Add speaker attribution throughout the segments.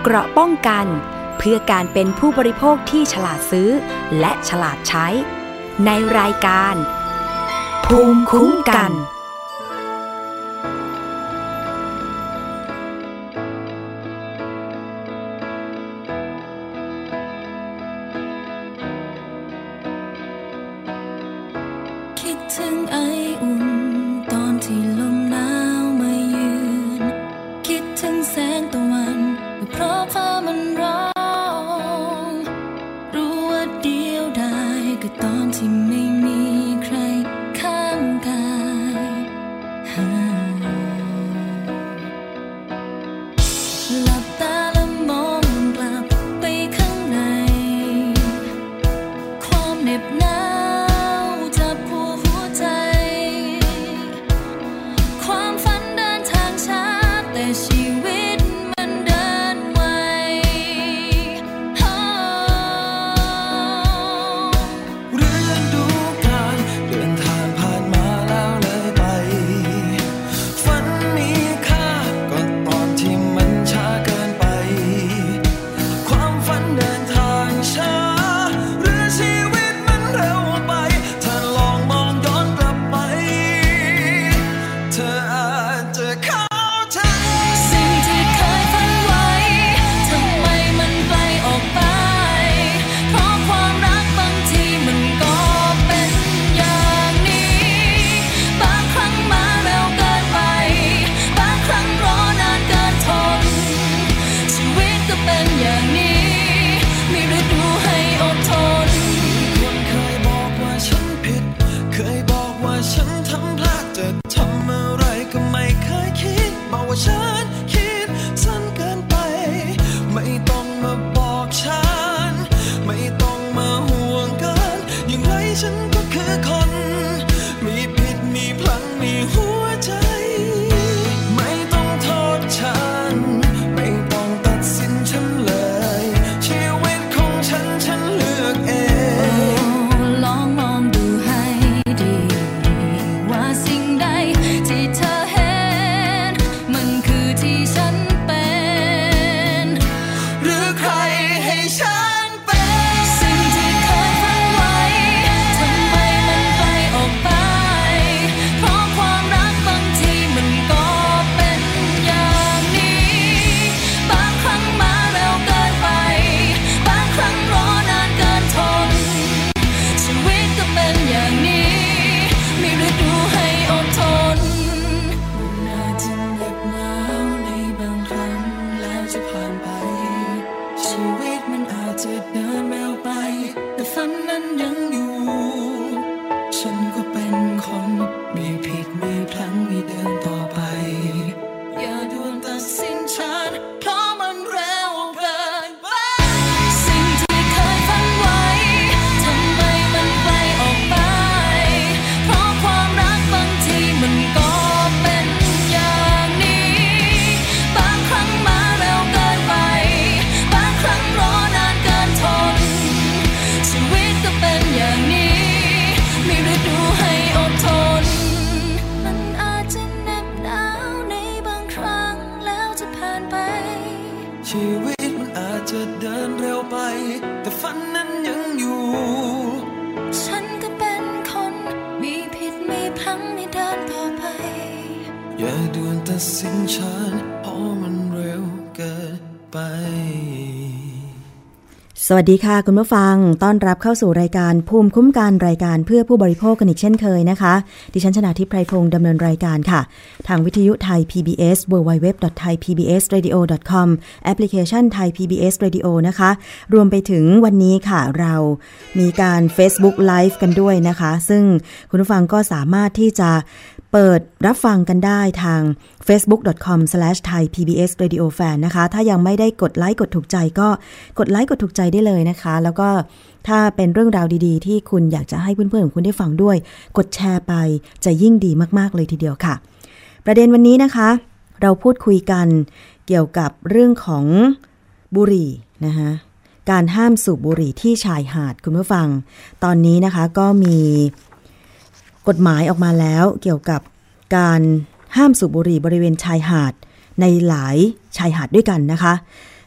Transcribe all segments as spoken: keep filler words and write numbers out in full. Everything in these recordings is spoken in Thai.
Speaker 1: เกราะป้องกันเพื่อการเป็นผู้บริโภคที่ฉลาดซื้อและฉลาดใช้ในรายการภูมิคุ้มกัน
Speaker 2: คิดถึงไออุ่นตอนที่ลมหนาวมายืนคิดถึงแสงตะวันเพราะฟ้ามันร้องรู้ว่าเดียวดายก็ตอนที่ไม่มีใครข้างกายหลับตาแล้วมองกลับไปข้างในความเหน็บหนาวจับหัวหัวใจความฝันเดินทางช้าแต่ชีวิตมันเดินไว
Speaker 3: ฤดูกาลเดินทางผ่านมาแล้วเลยไปฝันมีค่าก่อนตอนที่มันช้าเกินไปความฝันเดินทางช้าหรือชีวิตมันเร็วไปถ้าลองมองย้อนกลับไปเธออาจจะเข้าใจ
Speaker 2: สิ่งที่เคยฝันไว้ทำไมมันไกลออกไปเพราะความรักบางทีมันก็เป็นอย่างนี้บางครั้งมาเร็วเกินไปบางครั้งรอนานเกินทนชีวิตก็เป็นอย่างนี้มีฤดูให้อดทน
Speaker 3: คนเคยบอกว่าฉันผิดเคยบอกว่าฉันทำพลาดจะทำอะไรก็ไม่เคยคิดบอกว่าฉันคิดสั้นเกินไปไม่ต้องมาบอกฉันไม่ต้องมาห่วงกันอย่างไรฉันก็คือคนมีผิดมีพลั้งมีหัวใจไม่ต้องโทษฉันไม่ต้องตัดสินฉันเลยชีวิตของฉันฉันเลือกเอง
Speaker 2: ลองมองดูให้ดีว่าสิ่งใดที่เธอเห็นมันคือที่ฉันเป็น
Speaker 3: หรือใครให้ฉันเป็น
Speaker 2: สิ่งที่เคยฝันไว้ทำไมมันไกลออกไปเพราะความรักบางทีมันก็เป็นอย่างนี้บางครั้งมาเร็วเกินไปบางครั้งรอนานเกินทนชีวิตก็เป็นอย่างนี้มีฤดูให้อดทนมันอาจจะเหน็บหนาวในบางครั้งแล้วจะผ่านไปชีวิตมันอาจจะเดินเร็วไปแต่ฝันนั้นยังอยู่ฉันก็เป็นคนมีผิดมีพลั้งมีเดินต่อไปอย่าด่วนตัดสินฉันเพราะมันเร็วเกินไปสิ่งที่เคยฝันไว้ทำไมมันไกลออกไปเพราะความรักบางทีมันก็เป็นอย่างนี้บางครั้งมาเร็วเกินไปบางครั้งรอนานเกินทนชีวิตก็เป็นอย่างนี้มีฤดูให้อดทนมันอาจจะเหน็บหนาวในบางครั้งแล้วจะผ่านไป
Speaker 3: ชีวิตมันอาจจะเดินเร็วไปแต่ฝันนั้นยังอยู่
Speaker 2: ฉันก็เป็นคนมีผิดมีพลั้งในเดินต่อไป
Speaker 3: อย่าด่วนตัดสินฉันเพราะมันเร็วเกินไป
Speaker 4: สวัสดีค่ะคุณผู้ฟังต้อนรับเข้าสู่รายการภูมิคุ้มกันรายการเพื่อผู้บริโภคกันอีกเช่นเคยนะคะดิฉันชนาทิพย์ไพรพงษ์ดำเนินรายการค่ะทางวิทยุไทย พี บี เอส ดับเบิลยู ดับเบิลยู ดับเบิลยู ดอท ไทย พี บี เอส เรดิโอ ดอท คอม แอปพลิเคชัน Thai พี บี เอส Radio นะคะรวมไปถึงวันนี้ค่ะเรามีการ Facebook Live กันด้วยนะคะซึ่งคุณผู้ฟังก็สามารถที่จะเปิดรับฟังกันได้ทาง เฟซบุ๊ก ดอท คอม สแลช ไทย พี บี เอส เรดิโอ แฟน นะคะถ้ายังไม่ได้กดไลค์กดถูกใจก็กดไลค์กดถูกใจได้เลยนะคะแล้วก็ถ้าเป็นเรื่องราวดีๆที่คุณอยากจะให้เพื่อนๆของคุณได้ฟังด้วยกดแชร์ไปจะยิ่งดีมากๆเลยทีเดียวค่ะประเด็นวันนี้นะคะเราพูดคุยกันเกี่ยวกับเรื่องของบุหรี่นะคะการห้ามสูบบุหรี่ที่ชายหาดคุณผู้ฟังตอนนี้นะคะก็มีกฎหมายออกมาแล้วเกี่ยวกับการห้ามสูบบุหรี่บริเวณชายหาดในหลายชายหาดด้วยกันนะคะ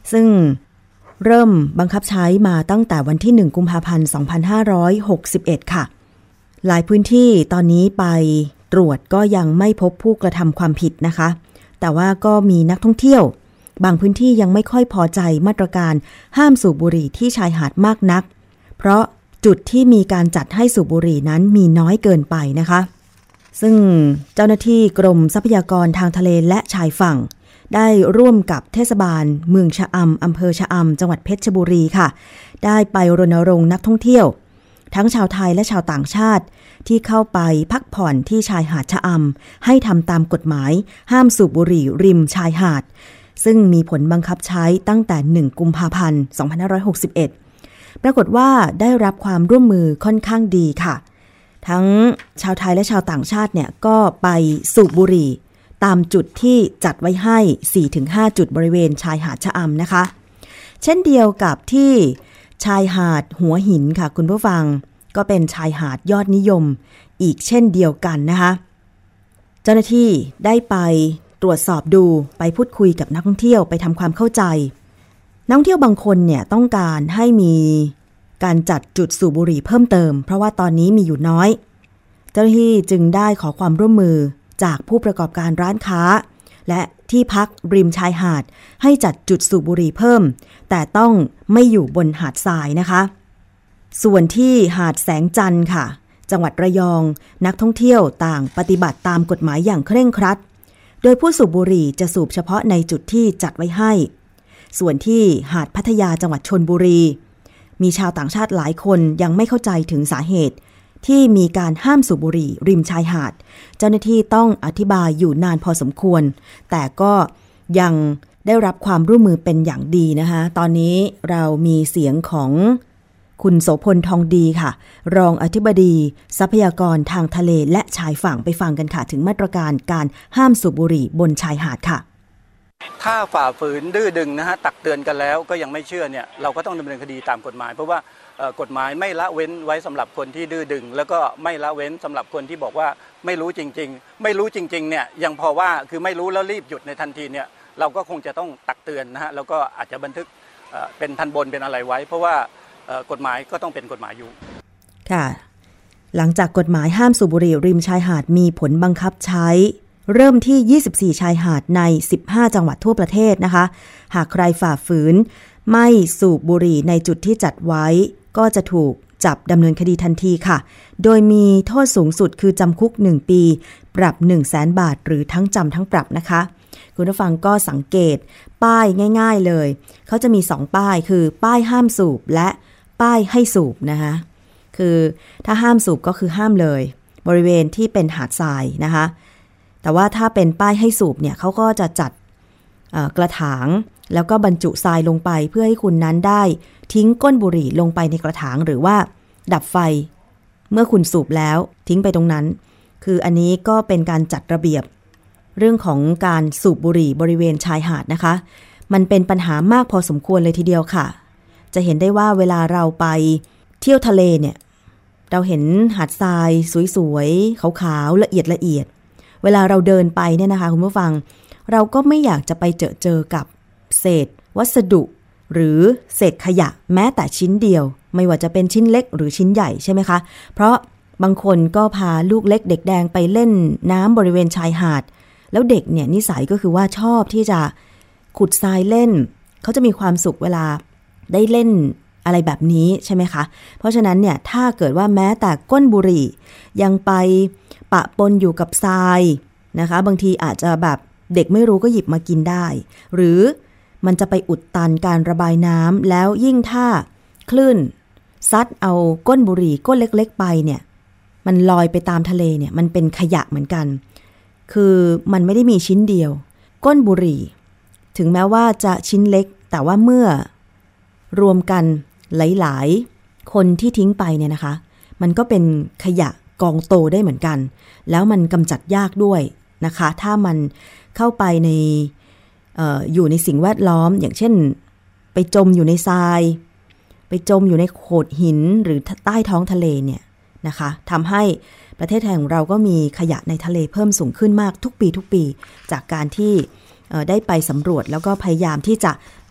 Speaker 4: ซึ่งเริ่มบังคับใช้มาตั้งแต่วันที่หนึ่งกุมภาพันธ์สองพันห้าร้อยหกสิบเอ็ดค่ะหลายพื้นที่ตอนนี้ไปตรวจก็ยังไม่พบผู้กระทำความผิดนะคะแต่ว่าก็มีนักท่องเที่ยวบางพื้นที่ยังไม่ค่อยพอใจมาตรการห้ามสูบบุหรี่ที่ชายหาดมากนักเพราะจุดที่มีการจัดให้สูบบุหรี่นั้นมีน้อยเกินไปนะคะซึ่งเจ้าหน้าที่กรมทรัพยากรทางทะเลและชายฝั่งได้ร่วมกับเทศบาลเมืองชะอำอำเภอชะอำจังหวัดเพชรบุรีค่ะได้ไปรณรงค์นักท่องเที่ยวทั้งชาวไทยและชาวต่างชาติที่เข้าไปพักผ่อนที่ชายหาดชะอำให้ทำตามกฎหมายห้ามสูบบุหรี่ริมชายหาดซึ่งมีผลบังคับใช้ตั้งแต่หนึ่งกุมภาพันธ์สองพันห้าร้อยหกสิบเอ็ดปรากฏว่าได้รับความร่วมมือค่อนข้างดีค่ะทั้งชาวไทยและชาวต่างชาติเนี่ยก็ไปสูบบุหรี่ตามจุดที่จัดไว้ให้ สี่ถึงห้า จุดบริเวณชายหาดชะอำนะคะเช่นเดียวกับที่ชายหาดหัวหินค่ะคุณผู้ฟังก็เป็นชายหาดยอดนิยมอีกเช่นเดียวกันนะคะเจ้าหน้าที่ได้ไปตรวจสอบดูไปพูดคุยกับนักท่องเที่ยวไปทำความเข้าใจนักท่องเที่ยวบางคนเนี่ยต้องการให้มีการจัดจุดสูบบุหรี่เพิ่มเติมเพราะว่าตอนนี้มีอยู่น้อยเจ้าหน้าที่จึงได้ขอความร่วมมือจากผู้ประกอบการร้านค้าและที่พักริมชายหาดให้จัดจุดสูบบุหรี่เพิ่มแต่ต้องไม่อยู่บนหาดทรายนะคะส่วนที่หาดแสงจันทร์ค่ะจังหวัดระยองนักท่องเที่ยวต่างปฏิบัติตามกฎหมายอย่างเคร่งครัดโดยผู้สูบบุหรี่จะสูบเฉพาะในจุดที่จัดไว้ให้ส่วนที่หาดพัทยาจังหวัดชลบุรีมีชาวต่างชาติหลายคนยังไม่เข้าใจถึงสาเหตุที่มีการห้ามสูบบุหรี่ริมชายหาดเจ้าหน้าที่ต้องอธิบายอยู่นานพอสมควรแต่ก็ยังได้รับความร่วมมือเป็นอย่างดีนะคะตอนนี้เรามีเสียงของคุณโสพลทองดีค่ะรองอธิบดีทรัพยากรทางทะเลและชายฝั่งไปฟังกันค่ะถึงมาตรการการห้ามสูบบุหรี่บนชายหาดค่ะ
Speaker 5: ถ้าฝ่าฝืนดื้อดึงนะฮะตักเตือนกันแล้วก็ยังไม่เชื่อเนี่ยเราก็ต้องดำเนินคดีตามกฎหมายเพราะว่ากฎหมายไม่ละเว้นไว้สำหรับคนที่ดื้อดึงแล้วก็ไม่ละเว้นสำหรับคนที่บอกว่าไม่รู้จริงๆไม่รู้จริงๆเนี่ยยังพอว่าคือไม่รู้แล้วรีบหยุดในทันทีเนี่ยเราก็คงจะต้องตักเตือนนะฮะแล้วก็อาจจะบันทึกเป็นทันบนเป็นอะไรไว้เพราะว่ากฎหมายก็ต้องเป็นกฎหมายอยู่
Speaker 4: ค่ะหลังจากกฎหมายห้ามสูบบุหรี่ริมชายหาดมีผลบังคับใช้เริ่มที่ยี่สิบสี่ชายหาดในสิบห้าจังหวัดทั่วประเทศนะคะหากใครฝ่าฝืนไม่สูบบุหรี่ในจุดที่จัดไว้ก็จะถูกจับดำเนินคดีทันทีค่ะโดยมีโทษสูงสุดคือจำคุกหนึ่งปีปรับ หนึ่งแสน บาทหรือทั้งจำทั้งปรับนะคะคุณผู้ฟังก็สังเกตป้ายง่ายๆเลยเขาจะมีสองป้ายคือป้ายห้ามสูบและป้ายให้สูบนะคะคือถ้าห้ามสูบก็คือห้ามเลยบริเวณที่เป็นหาดทรายนะคะแต่ว่าถ้าเป็นป้ายให้สูบเนี่ยเขาก็จะจัดกระถางแล้วก็บรรจุทรายลงไปเพื่อให้คุณนั้นได้ทิ้งก้นบุหรี่ลงไปในกระถางหรือว่าดับไฟเมื่อคุณสูบแล้วทิ้งไปตรงนั้นคืออันนี้ก็เป็นการจัดระเบียบเรื่องของการสูบบุหรี่บริเวณชายหาดนะคะมันเป็นปัญหามากพอสมควรเลยทีเดียวค่ะจะเห็นได้ว่าเวลาเราไปเที่ยวทะเลเนี่ยเราเห็นหาดทรายสวยๆขาวๆละเอียดละเอียดเวลาเราเดินไปเนี่ยนะคะคุณผู้ฟังเราก็ไม่อยากจะไปเจอเจอกับเศษวัสดุหรือเศษขยะแม้แต่ชิ้นเดียวไม่ว่าจะเป็นชิ้นเล็กหรือชิ้นใหญ่ใช่ไหมคะเพราะบางคนก็พาลูกเล็กเด็กแดงไปเล่นน้ำบริเวณชายหาดแล้วเด็กเนี่ยนิสัยก็คือว่าชอบที่จะขุดทรายเล่นเขาจะมีความสุขเวลาได้เล่นอะไรแบบนี้ใช่ไหมคะเพราะฉะนั้นเนี่ยถ้าเกิดว่าแม้แต่ก้นบุหรี่ยังไปปะปนอยู่กับทรายนะคะบางทีอาจจะแบบเด็กไม่รู้ก็หยิบมากินได้หรือมันจะไปอุดตันการระบายน้ำแล้วยิ่งถ้าคลื่นซัดเอาก้นบุหรี่ก้นเล็กๆไปเนี่ยมันลอยไปตามทะเลเนี่ยมันเป็นขยะเหมือนกันคือมันไม่ได้มีชิ้นเดียวก้นบุหรี่ถึงแม้ว่าจะชิ้นเล็กแต่ว่าเมื่อรวมกันหลายๆคนที่ทิ้งไปเนี่ยนะคะมันก็เป็นขยะกองโตได้เหมือนกันแล้วมันกำจัดยากด้วยนะคะถ้ามันเข้าไปใน เอ่อ อยู่ในสิ่งแวดล้อมอย่างเช่นไปจมอยู่ในทรายไปจมอยู่ในโขดหินหรือใต้ท้องทะเลเนี่ยนะคะทำให้ประเทศไทยของเราก็มีขยะในทะเลเพิ่มสูงขึ้นมากทุกปีทุกปีจากการที่ได้ไปสำรวจแล้วก็พยายามที่จะท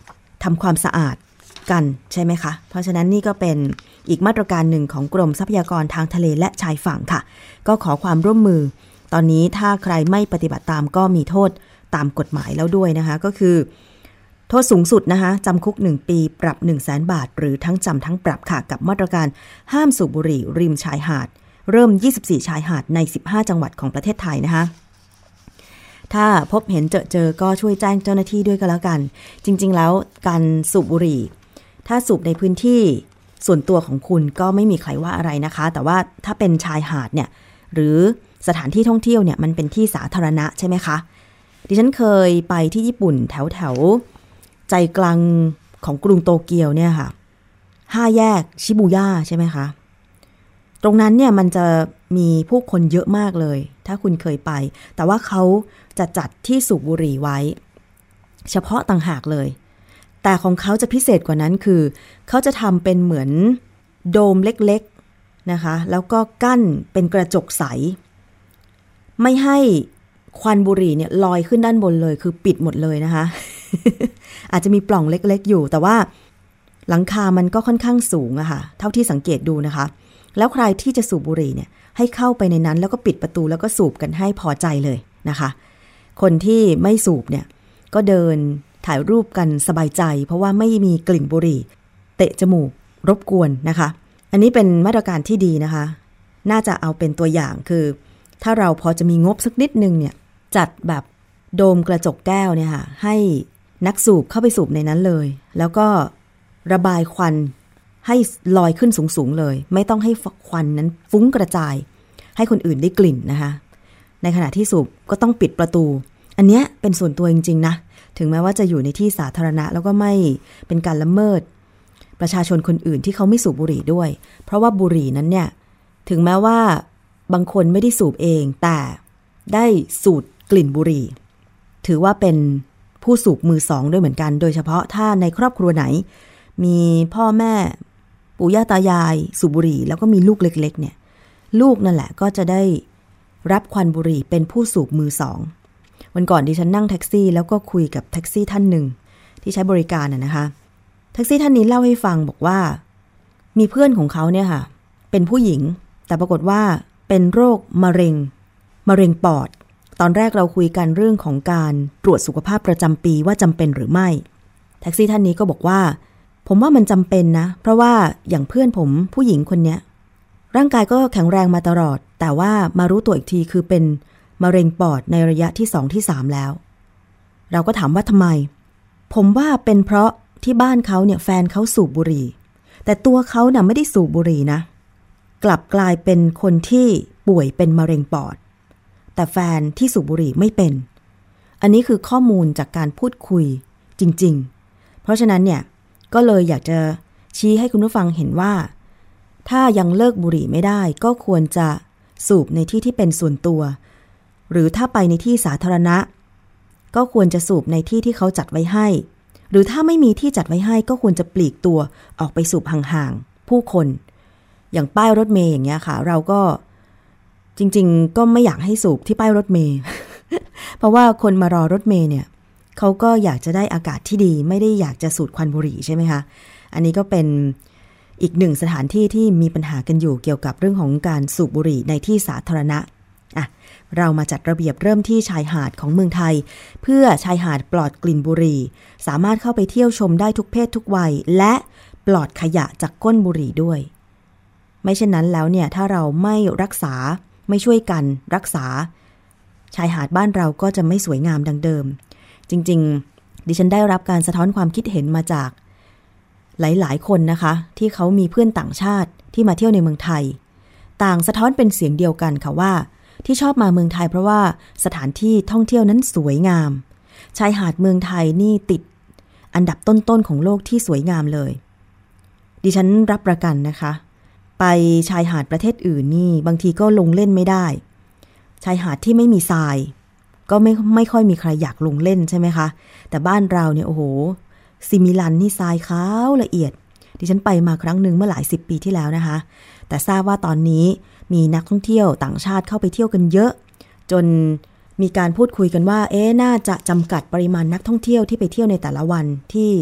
Speaker 4: ทำความสะอาดกันใช่ไหมคะเพราะฉะนั้นนี่ก็เป็นอีกมาตรการหนึ่งของกรมทรัพยากรทางทะเลและชายฝั่งค่ะก็ขอความร่วมมือตอนนี้ถ้าใครไม่ปฏิบัติตามก็มีโทษตามกฎหมายแล้วด้วยนะคะก็คือโทษสูงสุดนะคะจำคุกหนึ่งปีปรับ หนึ่งแสนบาทหรือทั้งจำทั้งปรับค่ะกับมาตรการห้ามสูบบุหรี่ริมชายหาดเริ่มยี่สิบสี่ชายหาดในสิบห้าจังหวัดของประเทศไทยนะคะถ้าพบเห็นเจอเจอก็ช่วยแจ้งเจ้าหน้าที่ด้วยก็แล้วกันจริงๆแล้วการสูบบุหรี่ถ้าสูบในพื้นที่ส่วนตัวของคุณก็ไม่มีใครว่าอะไรนะคะแต่ว่าถ้าเป็นชายหาดเนี่ยหรือสถานที่ท่องเที่ยวเนี่ยมันเป็นที่สาธารณะใช่ไหมคะดิฉันเคยไปที่ญี่ปุ่นแถวแถวใจกลางของกรุงโตเกียวเนี่ยค่ะห้าแยกชิบูย่าใช่ไหมคะตรงนั้นเนี่ยมันจะมีผู้คนเยอะมากเลยถ้าคุณเคยไปแต่ว่าเขาจะจัดที่สูบบุหรี่ไว้เฉพาะต่างหากเลยแต่ของเขาจะพิเศษกว่านั้นคือเขาจะทำเป็นเหมือนโดมเล็กๆนะคะแล้วก็กั้นเป็นกระจกใสไม่ให้ควันบุหรี่เนี่ยลอยขึ้นด้านบนเลยคือปิดหมดเลยนะคะ อาจจะมีปล่องเล็กๆอยู่แต่ว่าหลังคามันก็ค่อนข้างสูงอะค่ะเท่าที่สังเกตดูนะคะแล้วใครที่จะสูบบุหรี่เนี่ยให้เข้าไปในนั้นแล้วก็ปิดประตูแล้วก็สูบกันให้พอใจเลยนะคะคนที่ไม่สูบเนี่ยก็เดินถ่ายรูปกันสบายใจเพราะว่าไม่มีกลิ่นบุหรี่เตะจมูกรบกวนนะคะอันนี้เป็นมาตรการที่ดีนะคะน่าจะเอาเป็นตัวอย่างคือถ้าเราพอจะมีงบสักนิดนึงเนี่ยจัดแบบโดมกระจกแก้วเนี่ยค่ะให้นักสูบเข้าไปสูบในนั้นเลยแล้วก็ระบายควันให้ลอยขึ้นสูงๆเลยไม่ต้องให้ควันนั้นฟุ้งกระจายให้คนอื่นได้กลิ่นนะคะในขณะที่สูบก็ต้องปิดประตูอันเนี้ยเป็นส่วนตัวจริงๆนะถึงแม้ว่าจะอยู่ในที่สาธารณะแล้วก็ไม่เป็นการละเมิดประชาชนคนอื่นที่เขาไม่สูบบุหรี่ด้วยเพราะว่าบุหรี่นั้นเนี่ยถึงแม้ว่าบางคนไม่ได้สูบเองแต่ได้สูดกลิ่นบุหรี่ถือว่าเป็นผู้สูบมือสองด้วยเหมือนกันโดยเฉพาะถ้าในครอบครัวไหนมีพ่อแม่ปู่ย่าตายายสูบบุหรี่แล้วก็มีลูกเล็กๆเนี่ยลูกนั่นแหละก็จะได้รับควันบุหรี่เป็นผู้สูบมือสองวันก่อนดิฉันนั่งแท็กซี่แล้วก็คุยกับแท็กซี่ท่านหนึ่งที่ใช้บริการน่ะนะคะแท็กซี่ท่านนี้เล่าให้ฟังบอกว่ามีเพื่อนของเขาเนี่ยค่ะเป็นผู้หญิงแต่ปรากฏว่าเป็นโรคมะเร็งมะเร็งปอดตอนแรกเราคุยกันเรื่องของการตรวจสุขภาพประจำปีว่าจำเป็นหรือไม่แท็กซี่ท่านนี้ก็บอกว่าผมว่ามันจำเป็นนะเพราะว่าอย่างเพื่อนผมผู้หญิงคนเนี้ยร่างกายก็แข็งแรงมาตลอดแต่ว่ามารู้ตัวอีกทีคือเป็นมะเร็งปอดในระยะที่สองที่สามแล้วเราก็ถามว่าทำไมผมว่าเป็นเพราะที่บ้านเขาเนี่ยแฟนเขาสูบบุหรี่แต่ตัวเขาน่ะไม่ได้สูบบุหรี่นะกลับกลายเป็นคนที่ป่วยเป็นมะเร็งปอดแต่แฟนที่สูบบุหรี่ไม่เป็นอันนี้คือข้อมูลจากการพูดคุยจริงๆเพราะฉะนั้นเนี่ยก็เลยอยากจะชี้ให้คุณผู้ฟังเห็นว่าถ้ายังเลิกบุหรี่ไม่ได้ก็ควรจะสูบในที่ที่เป็นส่วนตัวหรือถ้าไปในที่สาธารณะก็ควรจะสูบในที่ที่เขาจัดไว้ให้หรือถ้าไม่มีที่จัดไว้ให้ก็ควรจะปลีกตัวออกไปสูบห่างๆผู้คนอย่างป้ายรถเมล์อย่างเงี้ยค่ะเราก็จริงๆก็ไม่อยากให้สูบที่ป้ายรถเมล์ เพราะว่าคนมารอรถเมล์เนี่ยเขาก็อยากจะได้อากาศที่ดีไม่ได้อยากจะสูดควันบุหรี่ใช่ไหมคะอันนี้ก็เป็นอีกหนึ่งสถานที่ที่มีปัญหากันอยู่เกี่ยวกับเรื่องของการสูบบุหรี่ในที่สาธารณะอ่ะเรามาจัดระเบียบเริ่มที่ชายหาดของเมืองไทยเพื่อชายหาดปลอดกลิ่นบุหรี่สามารถเข้าไปเที่ยวชมได้ทุกเพศทุกวัยและปลอดขยะจากก้นบุหรี่ด้วยไม่เช่นนั้นแล้วเนี่ยถ้าเราไม่รักษาไม่ช่วยกันรักษาชายหาดบ้านเราก็จะไม่สวยงามดังเดิมจริงๆดิฉันได้รับการสะท้อนความคิดเห็นมาจากหลายๆคนนะคะที่เขามีเพื่อนต่างชาติที่มาเที่ยวในเมืองไทยต่างสะท้อนเป็นเสียงเดียวกันค่ะว่าที่ชอบมาเมืองไทยเพราะว่าสถานที่ท่องเที่ยวนั้นสวยงามชายหาดเมืองไทยนี่ติดอันดับต้นๆของโลกที่สวยงามเลยดิฉันรับประกันนะคะไปชายหาดประเทศอื่นนี่บางทีก็ลงเล่นไม่ได้ชายหาดที่ไม่มีทรายก็ไม่ไม่ค่อยมีใครอยากลงเล่นใช่ไหมคะแต่บ้านเราเนี่ยโอ้โหซิมิลันนี่ทรายขาวละเอียดดิฉันไปมาครั้งหนึ่งเมื่อหลายสิบปีที่แล้วนะคะแต่ทราบว่าตอนนี้มีนักท่องเที่ยวต่างชาติเข้าไปเที่ยวกันเยอะจนมีการพูดคุยกันว่าเอ๊ะน่าจะจำกัดปริมาณนักท่องเที่ยวที่ไปเที่ยวในแต่ละวันที่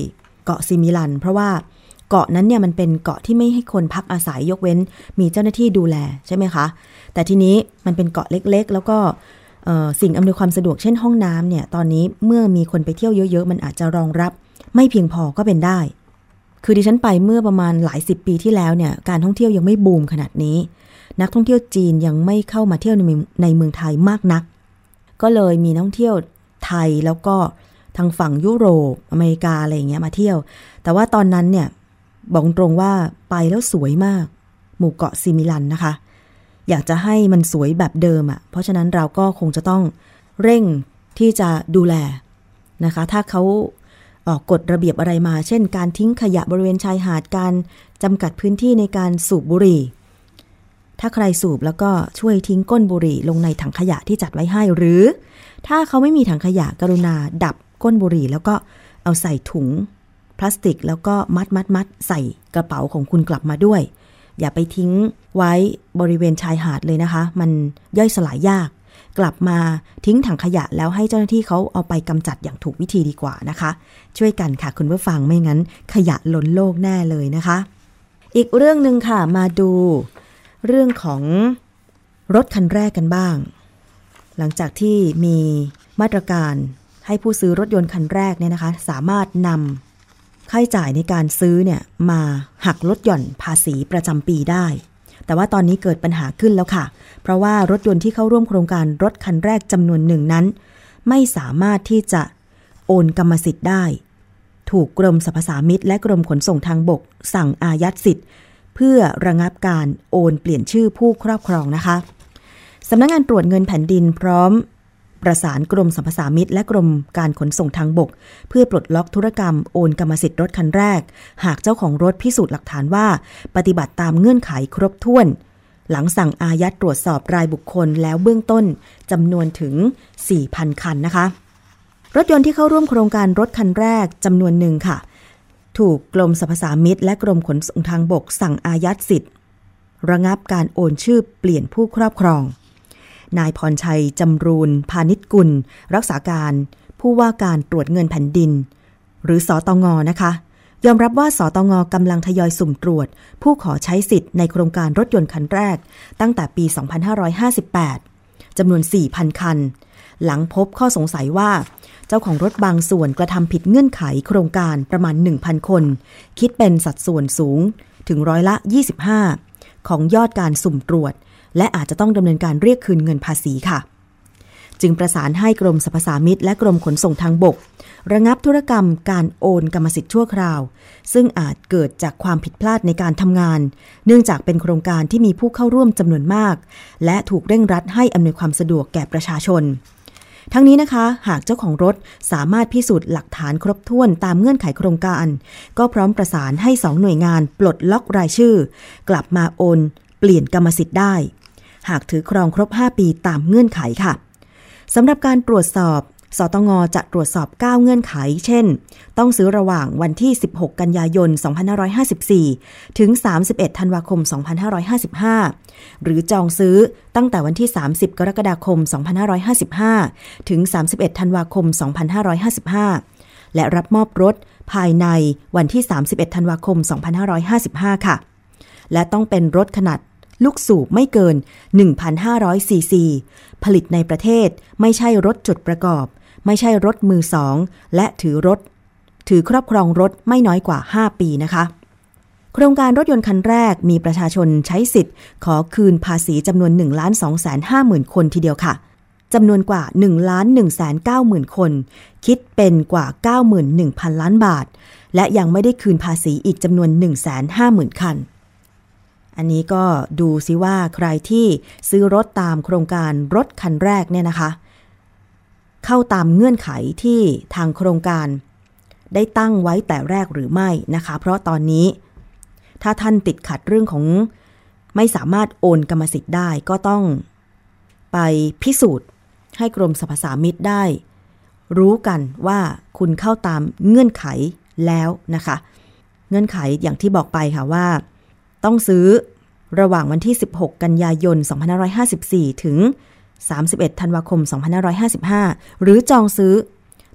Speaker 4: เกาะซิมิลันเพราะว่าเกาะนั้นเนี่ยมันเป็นเกาะที่ไม่ให้คนพักอาศัยยกเว้นมีเจ้าหน้าที่ดูแลใช่ไหมคะแต่ทีนี้มันเป็นเกาะเล็กๆแล้วก็สิ่งอำนวยความสะดวกเช่นห้องน้ำเนี่ยตอนนี้เมื่อมีคนไปเที่ยวเยอะๆมันอาจจะรองรับไม่เพียงพอก็เป็นได้คือดิฉันไปเมื่อประมาณหลายสิบปีที่แล้วเนี่ยการท่องเที่ยวยังไม่บูมขนาดนี้นักท่องเที่ยวจีนยังไม่เข้ามาเที่ยวในในเมืองไทยมากนักก็เลยมีนักท่องเที่ยวไทยแล้วก็ทางฝั่งยุโรปอเมริกาอะไรอย่างเงี้ยมาเที่ยวแต่ว่าตอนนั้นเนี่ยบอกตรงว่าไปแล้วสวยมากหมู่เกาะซิมิลันนะคะอยากจะให้มันสวยแบบเดิมอ่ะเพราะฉะนั้นเราก็คงจะต้องเร่งที่จะดูแลนะคะถ้าเขาออกกฎระเบียบอะไรมาเช่นการทิ้งขยะบริเวณชายหาดการจำกัดพื้นที่ในการสูบบุหรี่ถ้าใครสูบแล้วก็ช่วยทิ้งก้นบุหรี่ลงในถังขยะที่จัดไว้ให้หรือถ้าเขาไม่มีถังขยะกรุณาดับก้นบุหรี่แล้วก็เอาใส่ถุงพลาสติกแล้วก็มัดมัดมัดใส่กระเป๋าของคุณกลับมาด้วยอย่าไปทิ้งไว้บริเวณชายหาดเลยนะคะมันย่อยสลายยากกลับมาทิ้งถังขยะแล้วให้เจ้าหน้าที่เขาเอาไปกำจัดอย่างถูกวิธีดีกว่านะคะช่วยกันค่ะคุณผู้ฟังไม่งั้นขยะล้นโลกแน่เลยนะคะอีกเรื่องนึงค่ะมาดูเรื่องของรถคันแรกกันบ้างหลังจากที่มีมาตรการให้ผู้ซื้อรถยนต์คันแรกเนี่ยนะคะสามารถนำค่าใช้จ่ายในการซื้อเนี่ยมาหักลดหย่อนภาษีประจำปีได้แต่ว่าตอนนี้เกิดปัญหาขึ้นแล้วค่ะเพราะว่ารถยนต์ที่เข้าร่วมโครงการรถคันแรกจำนวนหนึ่งนั้นไม่สามารถที่จะโอนกรรมสิทธิ์ได้ถูกกรมสรรพสามิตและกรมขนส่งทางบกสั่งอายัดสิทธิ์เพื่อระงับการโอนเปลี่ยนชื่อผู้ครอบครองนะคะสำนักงานตรวจเงินแผ่นดินพร้อมประสานกรมสรรพสามิตและกรมการขนส่งทางบกเพื่อปลดล็อกธุรกรรมโอนกรรมสิทธิ์รถคันแรกหากเจ้าของรถพิสูจน์หลักฐานว่าปฏิบัติตามเงื่อนไขครบถ้วนหลังสั่งอายัดตรวจสอบรายบุคคลแล้วเบื้องต้นจำนวนถึง สี่พัน คันนะคะรถยนต์ที่เข้าร่วมโครงการรถคันแรกจำนวนหนึ่งค่ะถูกกรมสรรพสามิตและกรมขนส่งทางบกสั่งอายัดสิทธิ์ระงับการโอนชื่อเปลี่ยนผู้ครอบครองนายพรชัยจำรูนพาณิชกุลรักษาการผู้ว่าการตรวจเงินแผ่นดินหรือสตง.นะคะยอมรับว่าสตง.กำลังทยอยสุ่มตรวจผู้ขอใช้สิทธิ์ในโครงการรถยนต์คันแรกตั้งแต่ปี สองพันห้าร้อยห้าสิบแปด จำนวน สี่พัน คันหลังพบข้อสงสัยว่าเจ้าของรถบางส่วนกระทำผิดเงื่อนไขโครงการประมาณ หนึ่งพัน คนคิดเป็นสัดส่วนสูงถึงร้อยละ ยี่สิบห้า ของยอดการสุ่มตรวจและอาจจะต้องดำเนินการเรียกคืนเงินภาษีค่ะจึงประสานให้กรมสรรพสามิตและกรมขนส่งทางบกระงับธุรกรรมการโอนกรรมสิทธิ์ชั่วคราวซึ่งอาจเกิดจากความผิดพลาดในการทำงานเนื่องจากเป็นโครงการที่มีผู้เข้าร่วมจำนวนมากและถูกเร่งรัดให้อำนวยความสะดวกแก่ประชาชนทั้งนี้นะคะหากเจ้าของรถสามารถพิสูจน์หลักฐานครบถ้วนตามเงื่อนไขโครงการก็พร้อมประสานให้สองหน่วยงานปลดล็อกรายชื่อกลับมาโอนเปลี่ยนกรรมสิทธิ์ได้หากถือครองครบห้าปีตามเงื่อนไขค่ะสำหรับการตรวจสอบสตง.จะตรวจสอบเก้าเงื่อนไขเช่นต้องซื้อระหว่างวันที่สิบหกกันยายนสองพันห้าร้อยห้าสิบสี่ถึงสามสิบเอ็ดธันวาคมสองพันห้าร้อยห้าสิบห้าหรือจองซื้อตั้งแต่วันที่สามสิบกรกฎาคมสองพันห้าร้อยห้าสิบห้าถึงสามสิบเอ็ดธันวาคมสองพันห้าร้อยห้าสิบห้าและรับมอบรถภายในวันที่สามสิบเอ็ดธันวาคมสองพันห้าร้อยห้าสิบห้าค่ะและต้องเป็นรถขนาดลูกสูบไม่เกิน หนึ่งพันห้าร้อย ซีซี ผลิตในประเทศไม่ใช่รถจดประกอบไม่ใช่รถมือสองและถือรถถือครอบครองรถไม่น้อยกว่าห้าปีนะคะโครงการรถยนต์คันแรกมีประชาชนใช้สิทธิ์ขอคืนภาษีจำนวน หนึ่งล้านสองแสนห้าหมื่น คนทีเดียวค่ะจำนวนกว่า หนึ่งล้านหนึ่งแสนเก้าหมื่น คนคิดเป็นกว่า เก้าหมื่นหนึ่งพัน ล้านบาทและยังไม่ได้คืนภาษีอีกจำนวน หนึ่งแสนห้าหมื่น คันอันนี้ก็ดูซิว่าใครที่ซื้อรถตามโครงการรถคันแรกเนี่ยนะคะเข้าตามเงื่อนไขที่ทางโครงการได้ตั้งไว้แต่แรกหรือไม่นะคะเพราะตอนนี้ถ้าท่านติดขัดเรื่องของไม่สามารถโอนกรรมสิทธิ์ได้ก็ต้องไปพิสูจน์ให้กรมสรรพสามิตได้รู้กันว่าคุณเข้าตามเงื่อนไขแล้วนะคะเงื่อนไขอย่างที่บอกไปค่ะว่าต้องซื้อระหว่างวันที่สิบหกกันยายนสองพันห้าร้อยห้าสิบสี่ถึงสามสิบเอ็ดธันวาคมสองพันห้าร้อยห้าสิบห้าหรือจองซื้อ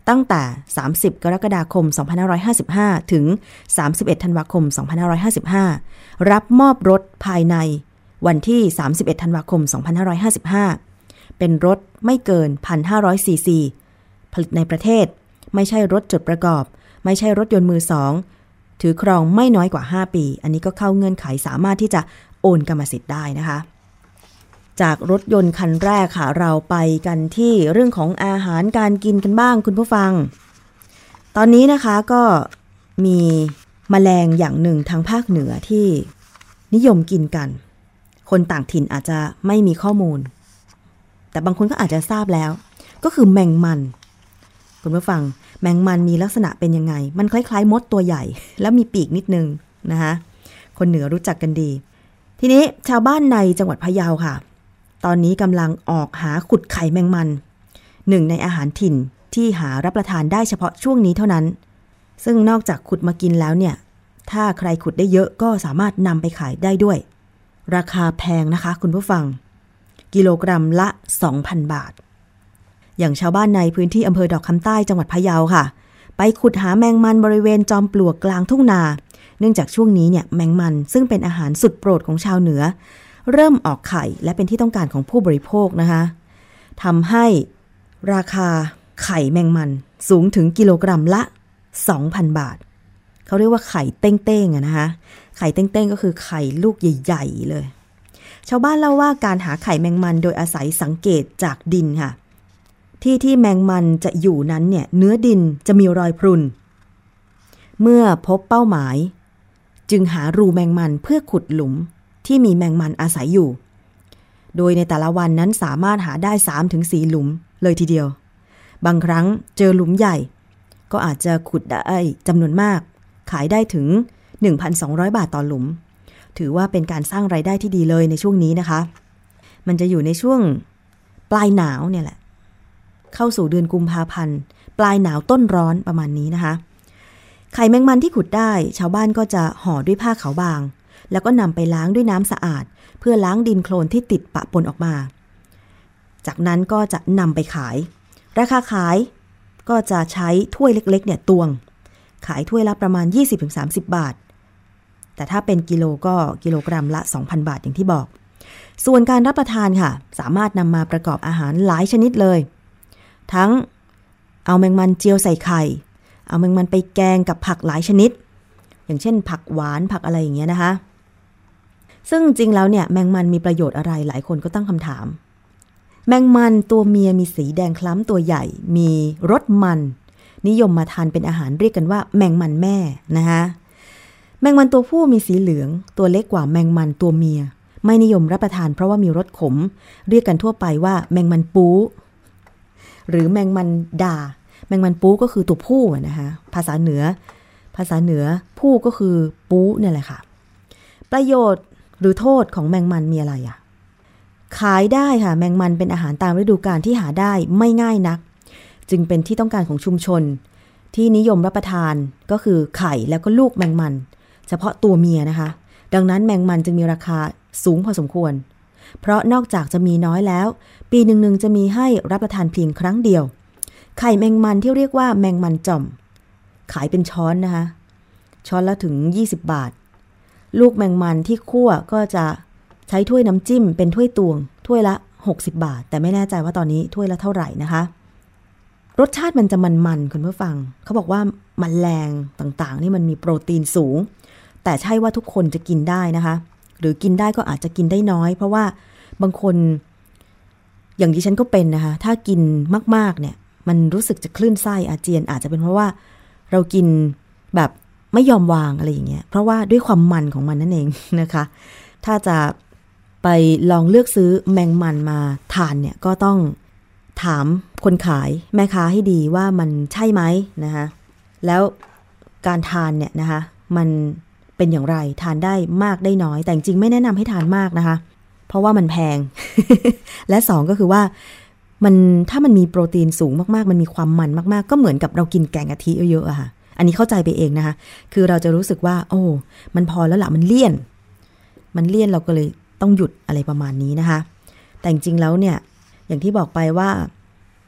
Speaker 4: ตั้งแต่สามสิบกรกฎาคมสองพันห้าร้อยห้าสิบห้าถึงสามสิบเอ็ดธันวาคมสองพันห้าร้อยห้าสิบห้ารับมอบรถภายในวันที่สามสิบเอ็ดธันวาคมสองพันห้าร้อยห้าสิบห้าเป็นรถไม่เกิน หนึ่งพันห้าร้อย ซีซี ผลิตในประเทศไม่ใช่รถจดประกอบไม่ใช่รถยนต์มือสองถือครองไม่น้อยกว่าห้าปีอันนี้ก็เข้าเงื่อนไขสามารถที่จะโอนกรรมสิทธิ์ได้นะคะจากรถยนต์คันแรกค่ะเราไปกันที่เรื่องของอาหารการกินกันบ้างคุณผู้ฟังตอนนี้นะคะก็มีแมลงอย่างหนึ่งทางภาคเหนือที่นิยมกินกันคนต่างถิ่นอาจจะไม่มีข้อมูลแต่บางคนก็อาจจะทราบแล้วก็คือแมงมันคุณผู้ฟังแมงมันมีลักษณะเป็นยังไงมันคล้ายๆมดตัวใหญ่แล้วมีปีกนิดนึงนะคะคนเหนือรู้จักกันดีทีนี้ชาวบ้านในจังหวัดพะเยาค่ะตอนนี้กำลังออกหาขุดไข่แมงมันหนึ่งในอาหารถิ่นที่หารับประทานได้เฉพาะช่วงนี้เท่านั้นซึ่งนอกจากขุดมากินแล้วเนี่ยถ้าใครขุดได้เยอะก็สามารถนำไปขายได้ด้วยราคาแพงนะคะคุณผู้ฟังกิโลกรัมละ สองพัน บาทอย่างชาวบ้านในพื้นที่อำเภอดอกคำใต้จังหวัดพะเยาค่ะไปขุดหาแมงมันบริเวณจอมปลวกกลางทุ่งนาเนื่องจากช่วงนี้เนี่ยแมงมันซึ่งเป็นอาหารสุดโปรดของชาวเหนือเริ่มออกไข่และเป็นที่ต้องการของผู้บริโภคนะคะทำให้ราคาไข่แมงมันสูงถึงกิโลกรัมละ สองพัน บาทเขาเรียกว่าไข่เต้งๆอะนะคะไข่เต้งๆก็คือไข่ลูกใหญ่ๆเลยชาวบ้านเล่าว่าการหาไข่แมงมันโดยอาศัยสังเกตจากดินค่ะที่ที่แมงมันจะอยู่นั้นเนี่ยเนื้อดินจะมีรอยพรุนเมื่อพบเป้าหมายจึงหารูแมงมันเพื่อขุดหลุมที่มีแมงมันอาศัยอยู่โดยในแต่ละวันนั้นสามารถหาได้ สามถึงสี่ หลุมเลยทีเดียวบางครั้งเจอหลุมใหญ่ก็อาจจะขุดได้จำนวนมากขายได้ถึง หนึ่งพันสองร้อย บาทต่อหลุมถือว่าเป็นการสร้างรายได้ที่ดีเลยในช่วงนี้นะคะมันจะอยู่ในช่วงปลายหนาวเนี่ยแหละเข้าสู่เดือนกุมภาพันธ์ปลายหนาวต้นร้อนประมาณนี้นะคะไข่แมงมันที่ขุดได้ชาวบ้านก็จะห่อด้วยผ้าขาวบางแล้วก็นำไปล้างด้วยน้ำสะอาดเพื่อล้างดินโคลนที่ติดปะปนออกมาจากนั้นก็จะนำไปขายราคาขายก็จะใช้ถ้วยเล็กๆเนี่ยตวงขายถ้วยละประมาณ ยี่สิบถึงสามสิบ บาทแต่ถ้าเป็นกิโลก็กิโลกรัมละ สองพัน บาทอย่างที่บอกส่วนการรับประทานค่ะสามารถนำมาประกอบอาหารหลายชนิดเลยทั้งเอาแมงมันเจียวใส่ไข่เอาแมงมันไปแกงกับผักหลายชนิดอย่างเช่นผักหวานผักอะไรอย่างเงี้ยนะคะซึ่งจริงแล้วเนี่ยแมงมันมีประโยชน์อะไรหลายคนก็ตั้งคำถามแมงมันตัวเมียมีสีแดงคล้ำตัวใหญ่มีรสมันนิยมมาทานเป็นอาหารเรียกกันว่าแมงมันแม่นะคะแมงมันตัวผู้มีสีเหลืองตัวเล็กกว่าแมงมันตัวเมียไม่นิยมรับประทานเพราะว่ามีรสขมเรียกกันทั่วไปว่าแมงมันปูหรือแมงมันดาแมงมันปูก็คือตัวผู้นะคะภาษาเหนือภาษาเหนือผู้ก็คือปูเนี่ยแหละค่ะประโยชน์หรือโทษของแมงมันมีอะไรอ่ะขายได้ค่ะแมงมันเป็นอาหารตามฤดูกาลที่หาได้ไม่ง่ายนักจึงเป็นที่ต้องการของชุมชนที่นิยมรับประทานก็คือไข่แล้วก็ลูกแมงมันเฉพาะตัวเมียนะคะดังนั้นแมงมันจึงมีราคาสูงพอสมควรเพราะนอกจากจะมีน้อยแล้วปีหนึ่งๆจะมีให้รับประทานเพียงครั้งเดียวไข่แมงมันที่เรียกว่าแมงมันจ่อมขายเป็นช้อนนะคะช้อนละถึงยี่สิบบาทลูกแมงมันที่คั่วก็จะใช้ถ้วยน้ำจิ้มเป็นถ้วยตวงถ้วยละหกสิบบาทแต่ไม่แน่ใจว่าตอนนี้ถ้วยละเท่าไหร่นะคะรสชาติมันจะมันๆคุณผู้ฟังเขาบอกว่าแมลงต่างๆนี่มันมีโปรตีนสูงแต่ใช่ว่าทุกคนจะกินได้นะคะหรือกินได้ก็อาจจะกินได้น้อยเพราะว่าบางคนอย่างที่ฉันก็เป็นนะคะถ้ากินมากๆเนี่ยมันรู้สึกจะคลื่นไส้อาเจียนอาจจะเป็นเพราะว่าเรากินแบบไม่ยอมวางอะไรอย่างเงี้ยเพราะว่าด้วยความมันของมันนั่นเองนะคะถ้าจะไปลองเลือกซื้อแมงมันมาทานเนี่ยก็ต้องถามคนขายแม่ค้าให้ดีว่ามันใช่ไหมนะคะแล้วการทานเนี่ยนะคะมันเป็นอย่างไรทานได้มากได้น้อยแต่จริงไม่แนะนำให้ทานมากนะคะเพราะว่ามันแพง และสองก็คือว่ามันถ้ามันมีโปรตีนสูงมากๆมันมีความมันมากๆก็เหมือนกับเรากินแกงกะทิเยอะๆอะค่ะอันนี้เข้าใจไปเองนะคะคือเราจะรู้สึกว่าโอ้มันพอแล้วล่ะมันเลี่ยนมันเลี่ยนเราก็เลยต้องหยุดอะไรประมาณนี้นะคะแต่จริงๆแล้วเนี่ยอย่างที่บอกไปว่า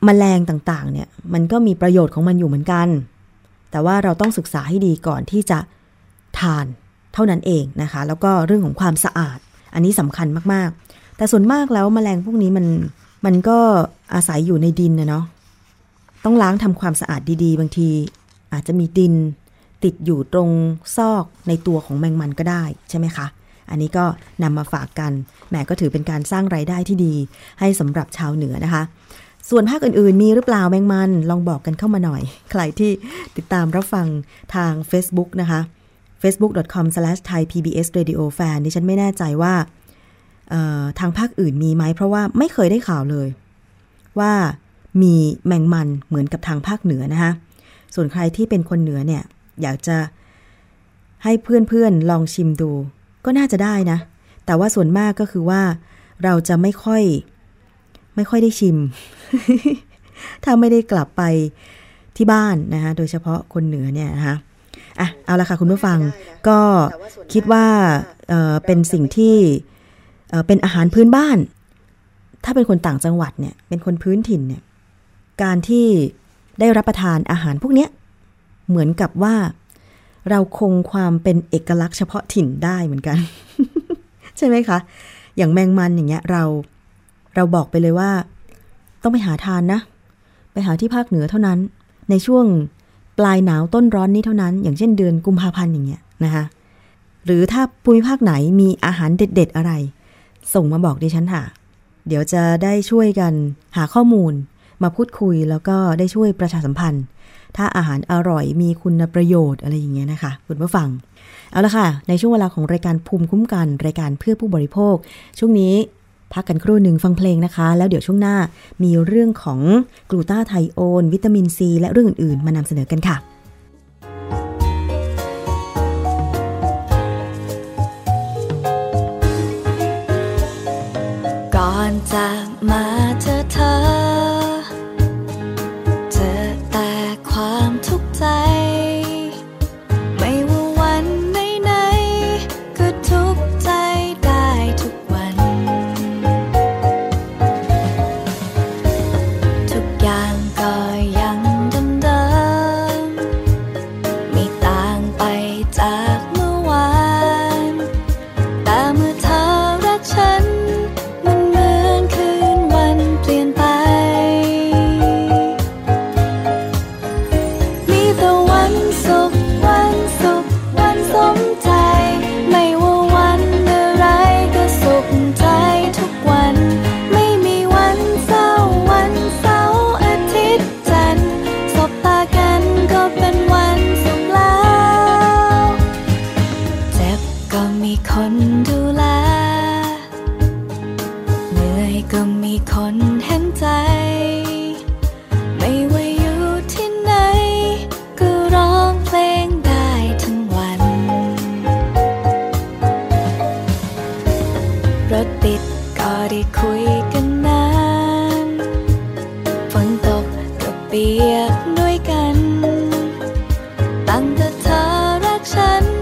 Speaker 4: แมลงต่างๆเนี่ยมันก็มีประโยชน์ของมันอยู่เหมือนกันแต่ว่าเราต้องศึกษาให้ดีก่อนที่จะทานเท่านั้นเองนะคะแล้วก็เรื่องของความสะอาดอันนี้สำคัญมากๆแต่ส่วนมากแล้วแมลงพวกนี้มันมันก็อาศัยอยู่ในดินนะเนาะต้องล้างทำความสะอาดดีๆบางทีอาจจะมีดินติดอยู่ตรงซอกในตัวของแมงมันก็ได้ใช่ไหมคะอันนี้ก็นำมาฝากกันแหมก็ถือเป็นการสร้างรายได้ที่ดีให้สำหรับชาวเหนือนะคะส่วนภาคอื่นๆมีหรือเปล่าแมงมันลองบอกกันเข้ามาหน่อยใครที่ติดตามรับฟังทาง Facebook นะคะ เฟซบุ๊ก ดอท คอม สแลช ไทย พี บี เอส เรดิโอ แฟน ดิฉันไม่แน่ใจว่าทางภาคอื่นมีไหมเพราะว่าไม่เคยได้ข่าวเลยว่ามีแมงมันเหมือนกับทางภาคเหนือนะคะส่วนใครที่เป็นคนเหนือเนี่ยอยากจะให้เพื่อนๆลองชิมดูก็น่าจะได้นะแต่ว่าส่วนมากก็คือว่าเราจะไม่ค่อยไม่ค่อยได้ชิม ถ้าไม่ได้กลับไปที่บ้านนะคะโดยเฉพาะคนเหนือเนี่ยนะคะอ่ะเอาละค่ะคุณผู้ฟังก็คิดว่าเอ่อเป็นสิ่งที่เอ่อเป็นอาหารพื้นบ้านถ้าเป็นคนต่างจังหวัดเนี่ยเป็นคนพื้นถิ่นเนี่ยการที่ได้รับประทานอาหารพวกเนี้ยเหมือนกับว่าเราคงความเป็นเอกลักษณ์เฉพาะถิ่นได้เหมือนกัน ใช่ไหมคะอย่างแมงมันอย่างเงี้ยเราเราบอกไปเลยว่าต้องไปหาทานนะไปหาที่ภาคเหนือเท่านั้นในช่วงปลายหนาวต้นร้อนนี้เท่านั้นอย่างเช่นเดือนกุมภาพันธ์อย่างเงี้ยนะคะหรือถ้าภูมิภาคไหนมีอาหารเด็ดๆอะไรส่งมาบอกดิฉันค่ะเดี๋ยวจะได้ช่วยกันหาข้อมูลมาพูดคุยแล้วก็ได้ช่วยประชาสัมพันธ์ถ้าอาหารอร่อยมีคุณประโยชน์อะไรอย่างเงี้ยนะคะคุณผู้ฟังเอาละค่ะในช่วงเวลาของรายการภูมิคุ้มกันรายการเพื่อผู้บริโภคช่วงนี้พักกันครู่หนึ่งฟังเพลงนะคะแล้วเดี๋ยวช่วงหน้ามีเรื่องของกลูตาไทโอนวิตามินซีและเรื่องอื่นๆมานำเสนอกันค่ะ
Speaker 2: ก่อนจากมาเจอเธอเจอแต่ความทุกข์ใจไม่ว่าวันไหนๆก็ทุกข์ใจได้ทุกวันทุกอย่างก็ยังเดิมๆไม่ต่างไปจากเมื่อวานแต่เมื่อเธอรักฉันคนดูแลเหนื่อยก็มีคนเห็นใจไม่ว่าอยู่ที่ไหนก็ร้องเพลงได้ทั้งวันรถติดก็ได้คุยกันนานฝนตกก็เปียกด้วยกันตั้งแต่เธอรักฉัน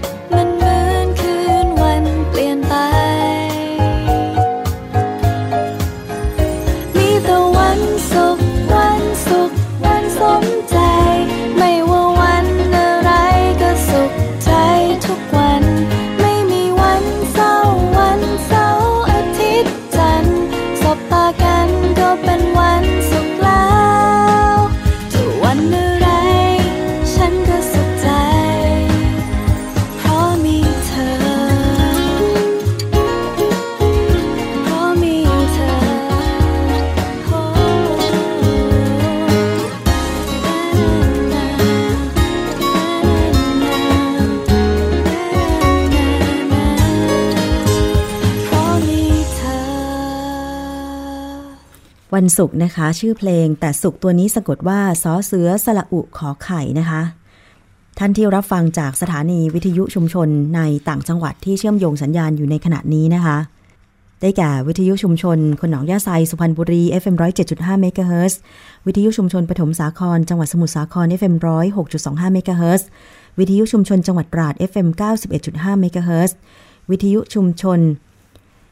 Speaker 4: วันศุกร์นะคะชื่อเพลงแต่ศุกร์ตัวนี้สะกดว่าสอเสือสระอุขอไข่นะคะท่านที่รับฟังจากสถานีวิทยุชุมชนในต่างจังหวัดที่เชื่อมโยงสัญญาณอยู่ในขณะนี้นะคะได้แก่วิทยุชุมชนคนหนองย่าไซสุพรรณบุรี เอฟ เอ็ม หนึ่งร้อยเจ็ดจุดห้า เมกะเฮิรตซ์วิทยุชุมชนปฐมสาครจังหวัดสมุทรสาคร เอฟ เอ็ม หนึ่งร้อยหกจุดสองห้า เมกะเฮิรตซ์วิทยุชุมชนจังหวัดตราด เอฟ เอ็ม เก้าสิบเอ็ดจุดห้า เมกะเฮิรตซ์วิทยุชุมชน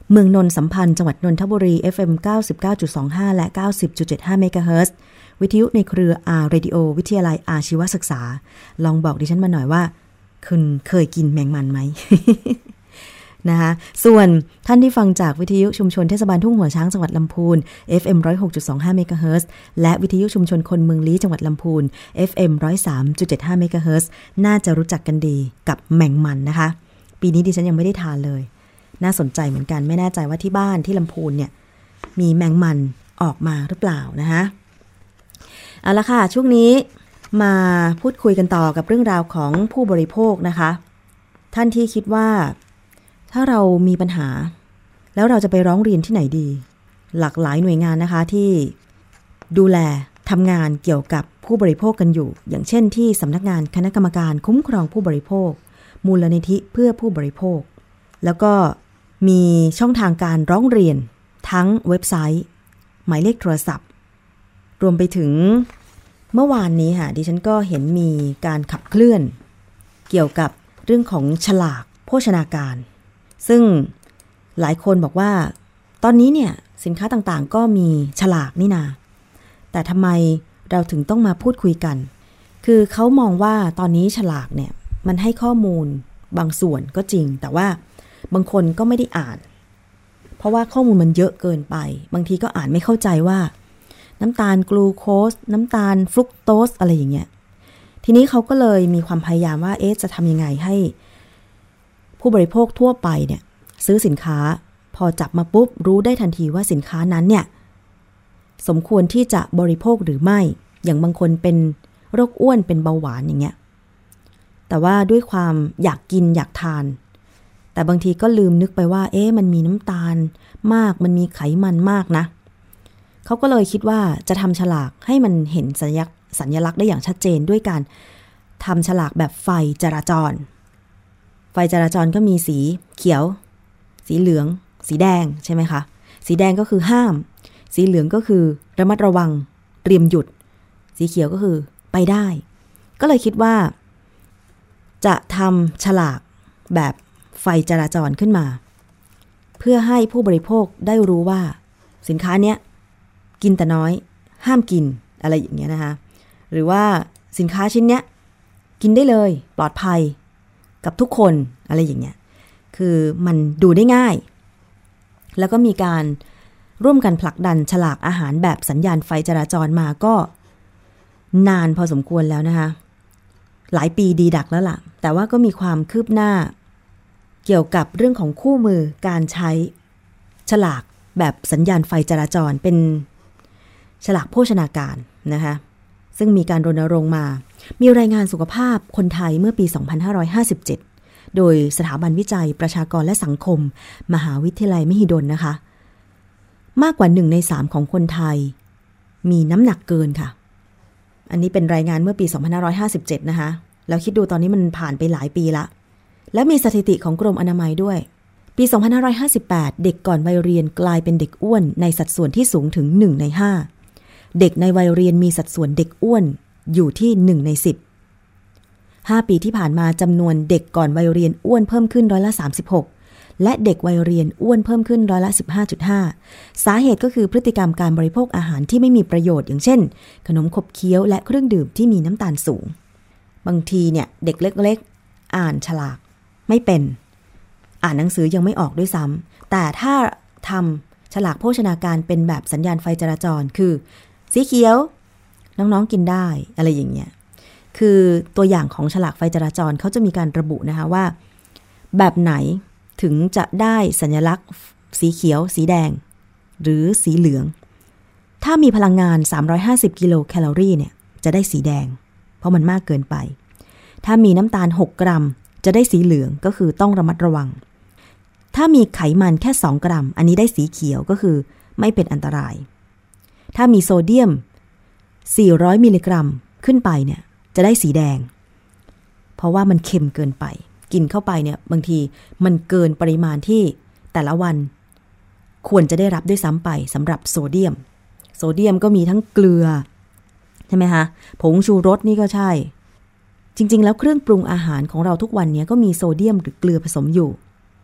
Speaker 4: เมืองนนท์สัมพันธ์จังหวัดนนทบุรี เอฟ เอ็ม เก้าสิบเก้าจุดสองห้า และ เก้าสิบจุดเจ็ดห้า เมกะเฮิรตซ์ วิทยุในเครือ R Radio วิทยาลัยอาชีวศึกษาลองบอกดิฉันมาหน่อยว่าคุณเคยกินแมงมันไหม นะคะส่วนท่านที่ฟังจากวิทยุชุมชนเทศบาลทุ่งหัวช้างจังหวัดลำพูน เอฟ เอ็ม หนึ่งศูนย์หกจุดสองห้า เมกะเฮิรตซ์ และวิทยุชุมชนคนเมืองลี้จังหวัดลำพูน เอฟ เอ็ม หนึ่งศูนย์สามจุดเจ็ดห้า เมกะเฮิรตซ์ น่าจะรู้จักกันดีกับแมงมันนะคะปีนี้ดิฉันยังไม่ได้ทานเลยน่าสนใจเหมือนกันไม่แน่ใจว่าที่บ้านที่ลำพูนเนี่ยมีแมงมันออกมาหรือเปล่านะคะเอาละค่ะช่วงนี้มาพูดคุยกันต่อกับเรื่องราวของผู้บริโภคนะคะท่านที่คิดว่าถ้าเรามีปัญหาแล้วเราจะไปร้องเรียนที่ไหนดีหลากหลายหน่วยงานนะคะที่ดูแลทำงานเกี่ยวกับผู้บริโภคกันอยู่อย่างเช่นที่สำนักงานคณะกรรมการคุ้มครองผู้บริโภคมูลนิธิเพื่อผู้บริโภคแล้วก็มีช่องทางการร้องเรียนทั้งเว็บไซต์หมายเลขโทรศัพท์รวมไปถึงเมื่อวานนี้ค่ะดิฉันก็เห็นมีการขับเคลื่อนเกี่ยวกับเรื่องของฉลากโภชนาการซึ่งหลายคนบอกว่าตอนนี้เนี่ยสินค้าต่างๆก็มีฉลากนี่นาแต่ทำไมเราถึงต้องมาพูดคุยกันคือเขามองว่าตอนนี้ฉลากเนี่ยมันให้ข้อมูลบางส่วนก็จริงแต่ว่าบางคนก็ไม่ได้อ่านเพราะว่าข้อมูลมันเยอะเกินไปบางทีก็อ่านไม่เข้าใจว่าน้ำตาลกลูโคสน้ำตาลฟรุกโตสอะไรอย่างเงี้ยทีนี้เขาก็เลยมีความพยายามว่าเอ๊ะจะทำยังไงให้ผู้บริโภคทั่วไปเนี่ยซื้อสินค้าพอจับมาปุ๊บรู้ได้ทันทีว่าสินค้านั้นเนี่ยสมควรที่จะบริโภคหรือไม่อย่างบางคนเป็นโรคอ้วนเป็นเบาหวานอย่างเงี้ยแต่ว่าด้วยความอยากกินอยากทานแต่บางทีก็ลืมนึกไปว่าเอ๊ะมันมีน้ำตาลมากมันมีไขมันมากนะเขาก็เลยคิดว่าจะทำฉลากให้มันเห็นสัญลักษณ์สัญลักษณ์ได้อย่างชัดเจนด้วยการทำฉลากแบบไฟจราจรไฟจราจรก็มีสีเขียวสีเหลืองสีแดงใช่ไหมคะสีแดงก็คือห้ามสีเหลืองก็คือระมัดระวังเตรียมหยุดสีเขียวก็คือไปได้ก็เลยคิดว่าจะทำฉลากแบบไฟจราจรขึ้นมาเพื่อให้ผู้บริโภคได้รู้ว่าสินค้าเนี้ยกินแต่น้อยห้ามกินอะไรอย่างเงี้ยนะคะหรือว่าสินค้าชิ้นเนี้ยกินได้เลยปลอดภัยกับทุกคนอะไรอย่างเงี้ยคือมันดูได้ง่ายแล้วก็มีการร่วมกันผลักดันฉลากอาหารแบบสัญญาณไฟจราจรมาก็นานพอสมควรแล้วนะคะหลายปีดีดักแล้วล่ะแต่ว่าก็มีความคืบหน้าเกี่ยวกับเรื่องของคู่มือการใช้ฉลากแบบสัญญาณไฟจราจรเป็นฉลากโภชนาการนะคะซึ่งมีการรณรงค์มามีรายงานสุขภาพคนไทยเมื่อปีสองพันห้าร้อยห้าสิบเจ็ดโดยสถาบันวิจัยประชากรและสังคมมหาวิทยาลัยมหิดลนะคะมากกว่าหนึ่งในสามของคนไทยมีน้ำหนักเกินค่ะอันนี้เป็นรายงานเมื่อปีสองพันห้าร้อยห้าสิบเจ็ดนะคะแล้วคิดดูตอนนี้มันผ่านไปหลายปีละและมีสถิติของกรมอนามัยด้วยปีสองพันห้าร้อยห้าสิบแปดเด็กก่อนวัยเรียนกลายเป็นเด็กอ้วนในสัดส่วนที่สูงถึงหนึ่งในห้าเด็กในวัยเรียนมีสัดส่วนเด็กอ้วนอยู่ที่หนึ่งในสิบ ห้าปีที่ผ่านมาจำนวนเด็กก่อนวัยเรียนอ้วนเพิ่มขึ้นร้อยละสามสิบหกและเด็กวัยเรียนอ้วนเพิ่มขึ้นร้อยละ สิบห้าจุดห้า สาเหตุก็คือพฤติกรรมการบริโภคอาหารที่ไม่มีประโยชน์อย่างเช่นขนมขบเคี้ยวและเครื่องดื่มที่มีน้ำตาลสูงบางทีเนี่ยเด็กเล็กๆอ่านฉลากไม่เป็นอ่านหนังสือยังไม่ออกด้วยซ้ำแต่ถ้าทำฉลากโภชนาการเป็นแบบสัญญาณไฟจราจรคือสีเขียวน้องๆกินได้อะไรอย่างเงี้ยคือตัวอย่างของฉลากไฟจราจรเขาจะมีการระบุนะคะว่าแบบไหนถึงจะได้สัญลักษณ์สีเขียวสีแดงหรือสีเหลืองถ้ามีพลังงานสามร้อยห้าสิบกิโลแคลอรี่เนี่ยจะได้สีแดงเพราะมันมากเกินไปถ้ามีน้ำตาลหกกรัมจะได้สีเหลืองก็คือต้องระมัดระวังถ้ามีไขมันแค่สองกรัมอันนี้ได้สีเขียวก็คือไม่เป็นอันตรายถ้ามีโซเดียมสี่ร้อยมิลลิกรัมขึ้นไปเนี่ยจะได้สีแดงเพราะว่ามันเค็มเกินไปกินเข้าไปเนี่ยบางทีมันเกินปริมาณที่แต่ละวันควรจะได้รับด้วยซ้ำไปสำหรับโซเดียมโซเดียมก็มีทั้งเกลือใช่ไหมคะผงชูรสนี่ก็ใช่จริงๆแล้วเครื่องปรุงอาหารของเราทุกวันนี้ก็มีโซเดียมหรือเกลือผสมอยู่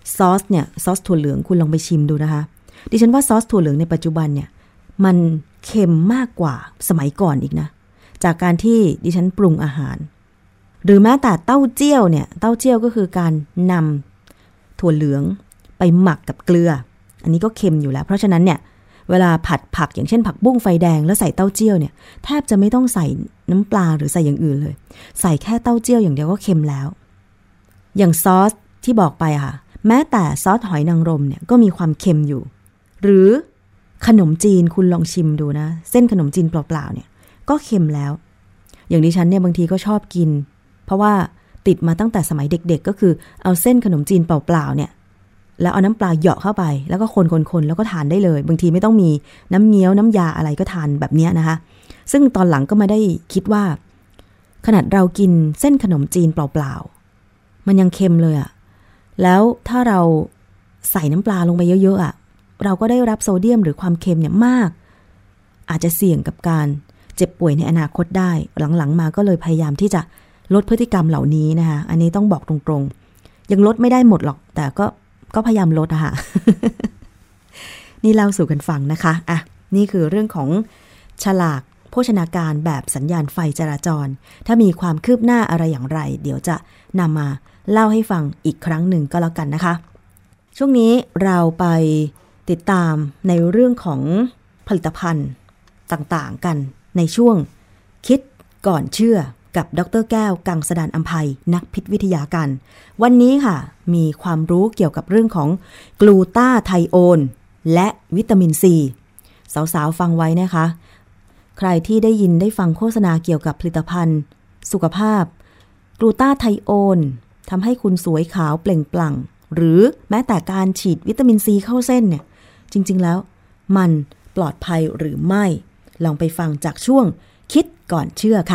Speaker 4: ซอสเนี่ยซอสถั่วเหลืองคุณลองไปชิมดูนะคะดิฉันว่าซอสถั่วเหลืองในปัจจุบันเนี่ยมันเค็มมากกว่าสมัยก่อนอีกนะจากการที่ดิฉันปรุงอาหารหรือแม้แต่เต้าเจี้ยวเนี่ยเต้าเจี้ยวก็คือการนำถั่วเหลืองไปหมักกับเกลืออันนี้ก็เค็มอยู่แล้วเพราะฉะนั้นเนี่ยเวลาผัดผักอย่างเช่นผักบุ้งไฟแดงแล้วใส่เต้าเจี้ยวเนี่ยแทบจะไม่ต้องใส่น้ำปลาหรือใส่อย่างอื่นเลยใส่แค่เต้าเจี้ยวอย่างเดียวก็เค็มแล้วอย่างซอสที่บอกไปค่ะแม้แต่ซอสหอยนางรมเนี่ยก็มีความเค็มอยู่หรือขนมจีนคุณลองชิมดูนะเส้นขนมจีนเปล่าๆเนี่ยก็เค็มแล้วอย่างดิฉันเนี่ยบางทีก็ชอบกินเพราะว่าติดมาตั้งแต่สมัยเด็กๆก็คือเอาเส้นขนมจีนเปล่าๆเนี่ยแล้วเอาน้ำปลาเหยาะเข้าไปแล้วก็คนๆๆแล้วก็ทานได้เลยบางทีไม่ต้องมีน้ำเงี้ยวน้ำยาอะไรก็ทานแบบนี้นะคะซึ่งตอนหลังก็มาได้คิดว่าขนาดเรากินเส้นขนมจีนเปล่าๆมันยังเค็มเลยอะแล้วถ้าเราใส่น้ำปลาลงไปเยอะๆอะเราก็ได้รับโซเดียมหรือความเค็มเนี่ยมากอาจจะเสี่ยงกับการเจ็บป่วยในอนาคตได้หลังๆมาก็เลยพยายามที่จะลดพฤติกรรมเหล่านี้นะคะอันนี้ต้องบอกตรงๆยังลดไม่ได้หมดหรอกแต่ก็ก็พยายามลดอะค่ะ นี่เล่าสู่กันฟังนะคะอ่ะนี่คือเรื่องของฉลากโภชนาการแบบสัญญาณไฟจราจรถ้ามีความคืบหน้าอะไรอย่างไรเดี๋ยวจะนำมาเล่าให้ฟังอีกครั้งหนึ่งก็แล้วกันนะคะช่วงนี้เราไปติดตามในเรื่องของผลิตภัณฑ์ต่างๆกันในช่วงคิดก่อนเชื่อกับดร.แก้วกังสดาลอำไพนักพิษวิทยากันวันนี้ค่ะมีความรู้เกี่ยวกับเรื่องของกลูตาไทโอนและวิตามินซีสาวๆฟังไว้นะคะใครที่ได้ยินได้ฟังโฆษณาเกี่ยวกับผลิตภัณฑ์สุขภาพกลูตาไทโอนทำให้คุณสวยขาวเปล่งปลั่งหรือแม้แต่การฉีดวิตามินซีเข้าเส้นเนี่ยจริงๆแล้วมันปลอดภัยหรือไม่ลองไปฟังจากช่วงคิดก่อนเชื่อค่ะ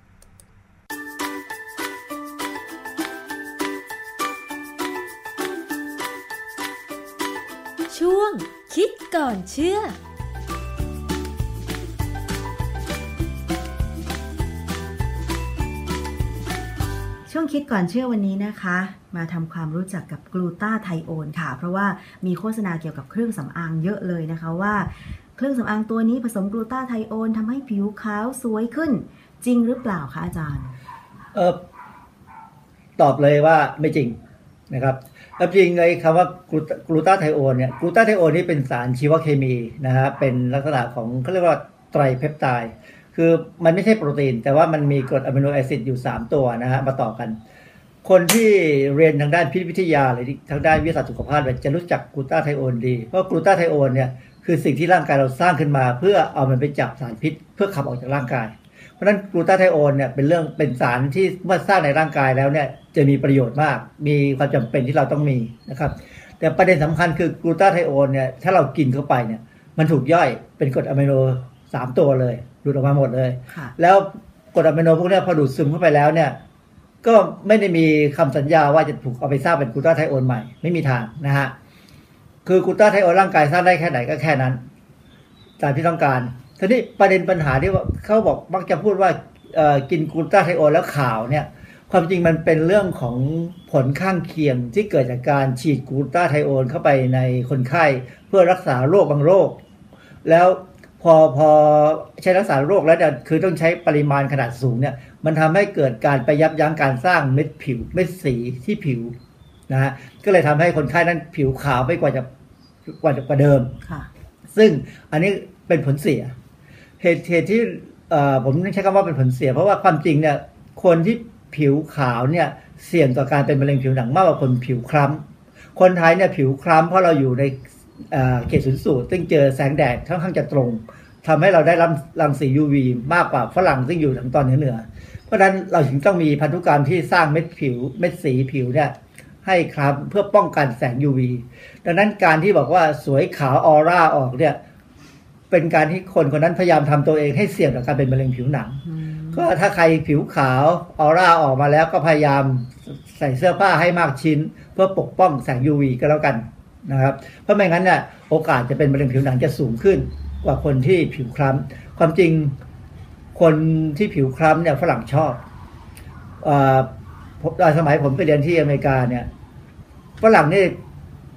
Speaker 6: ช่วงคิดก่อนเชื่อ
Speaker 4: ช่วงคิดก่อนเชื่อวันนี้นะคะมาทำความรู้จักกับกลูตาไทโอนค่ะเพราะว่ามีโฆษณาเกี่ยวกับเครื่องสำอางเยอะเลยนะคะว่าเครื่องสำอางตัวนี้ผสมกลูตาไทโอนทำให้ผิวขาวสวยขึ้นจริงหรือเปล่าคะอาจารย์
Speaker 7: เออตอบเลยว่าไม่จริงนะครับแล้วจริงไอ้คำว่ากลูตาไทโอนเนี่ยกลูตาไทโอนนี่เป็นสารชีวเคมีนะฮะเป็นลักษณะของเขาเรียกว่าไตรเพปไทด์คือมันไม่ใช่โปรตีนแต่ว่ามันมีกรดอะมิโนแอซิดอยู่สามตัวนะฮะมาต่อกันคนที่เรียนทางด้านพิษวิทยาหรือทางด้านวิทยาศาสตร์สุขภาพจะรู้จักกลูตาไทโอนดีเพราะกลูตาไทโอนเนี่ยคือสิ่งที่ร่างกายเราสร้างขึ้นมาเพื่อเอามันไปจับสารพิษเพื่อขับออกจากร่างกายเพราะฉะนั้นกลูตาไทโอนเนี่ยเป็นเรื่องเป็นสารที่เมื่อสร้างในร่างกายแล้วเนี่ยจะมีประโยชน์มากมีความจำเป็นที่เราต้องมีนะครับแต่ประเด็นสำคัญคือกลูตาไทโอนเนี่ยถ้าเรากินเข้าไปเนี่ยมันถูกย่อยเป็นกรดอะมิโนสามตัวเลยดูดออกมาหมดเลยแล้วกรดอะมิโนพวกนี้พอดูดซึมเข้าไปแล้วเนี่ยก็ไม่ได้มีคำสัญญาว่าจะถูกเอาไปสร้างเป็นกลูตาไทโอนใหม่ไม่มีทางนะฮะคือกลูตาไทโอนร่างกายสร้างได้แค่ไหนก็แค่นั้นตามที่ต้องการทีนี้ประเด็นปัญหาที่ว่าเขาบอกมักจะพูดว่ากินกลูตาไทโอนแล้วขาวเนี่ยความจริงมันเป็นเรื่องของผลข้างเคียงที่เกิดจากการฉีดกลูตาไทโอนเข้าไปในคนไข้เพื่อรักษาโรคบางโรคแล้วพอพอใช้รักษาโรคแล้วเนี่ยคือต้องใช้ปริมาณขนาดสูงเนี่ยมันทำให้เกิดการไปยับยั้งการสร้างเม็ดผิวเม็ดสีที่ผิวนะฮะก็เลยทำให้คนไข้นั้นผิวขาวไปกว่าจะกว่าจะกว่าเดิมซึ่งอันนี้เป็นผลเสียเหตุเหตุที่ผมใช้คำว่าเป็นผลเสียเพราะว่าความจริงเนี่ยคนที่ผิวขาวเนี่ยเสี่ยงต่อการเป็นมะเร็งผิวหนังมากกว่าคนผิวคล้ำคนไทยเนี่ยผิวคล้ำเพราะเราอยู่ในเขตศูนย์สูตรซึ่งเจอแสงแดดค่อนข้างจะตรงทำให้เราได้รับรังสี ยู วี มากกว่าฝรั่งซึ่งอยู่ทางตอนเหนือเหนือเพราะฉะนั้นเราถึงต้องมีพันธุกรรมที่สร้างเม็ดผิวเม็ดสีผิวเนี่ยให้คล้ำเพื่อป้องกันแสง ยู วี ดังนั้นการที่บอกว่าสวยขาวออร่าออกเนี่ยเป็นการที่คนคนนั้นพยายามทำตัวเองให้เสี่ยงต่อการเป็นมะเร็งผิวหนังก็ถ้าใครผิวขาวออร่าออกมาแล้วก็พยายามใส่เสื้อผ้าให้มากชิ้นเพื่อปกป้องแสง ยู วี ก็แล้วกันนะครับเพราะไม่งั้นเนี่ยโอกาสจะเป็นมะเร็งผิวหนังจะสูงขึ้นกว่าคนที่ผิวคล้ำความจริงคนที่ผิวคล้ำเนี่ยฝรั่งชอบเอ่อสมัยผมไปเรียนที่อเมริกาเนี่ยฝรั่งนี่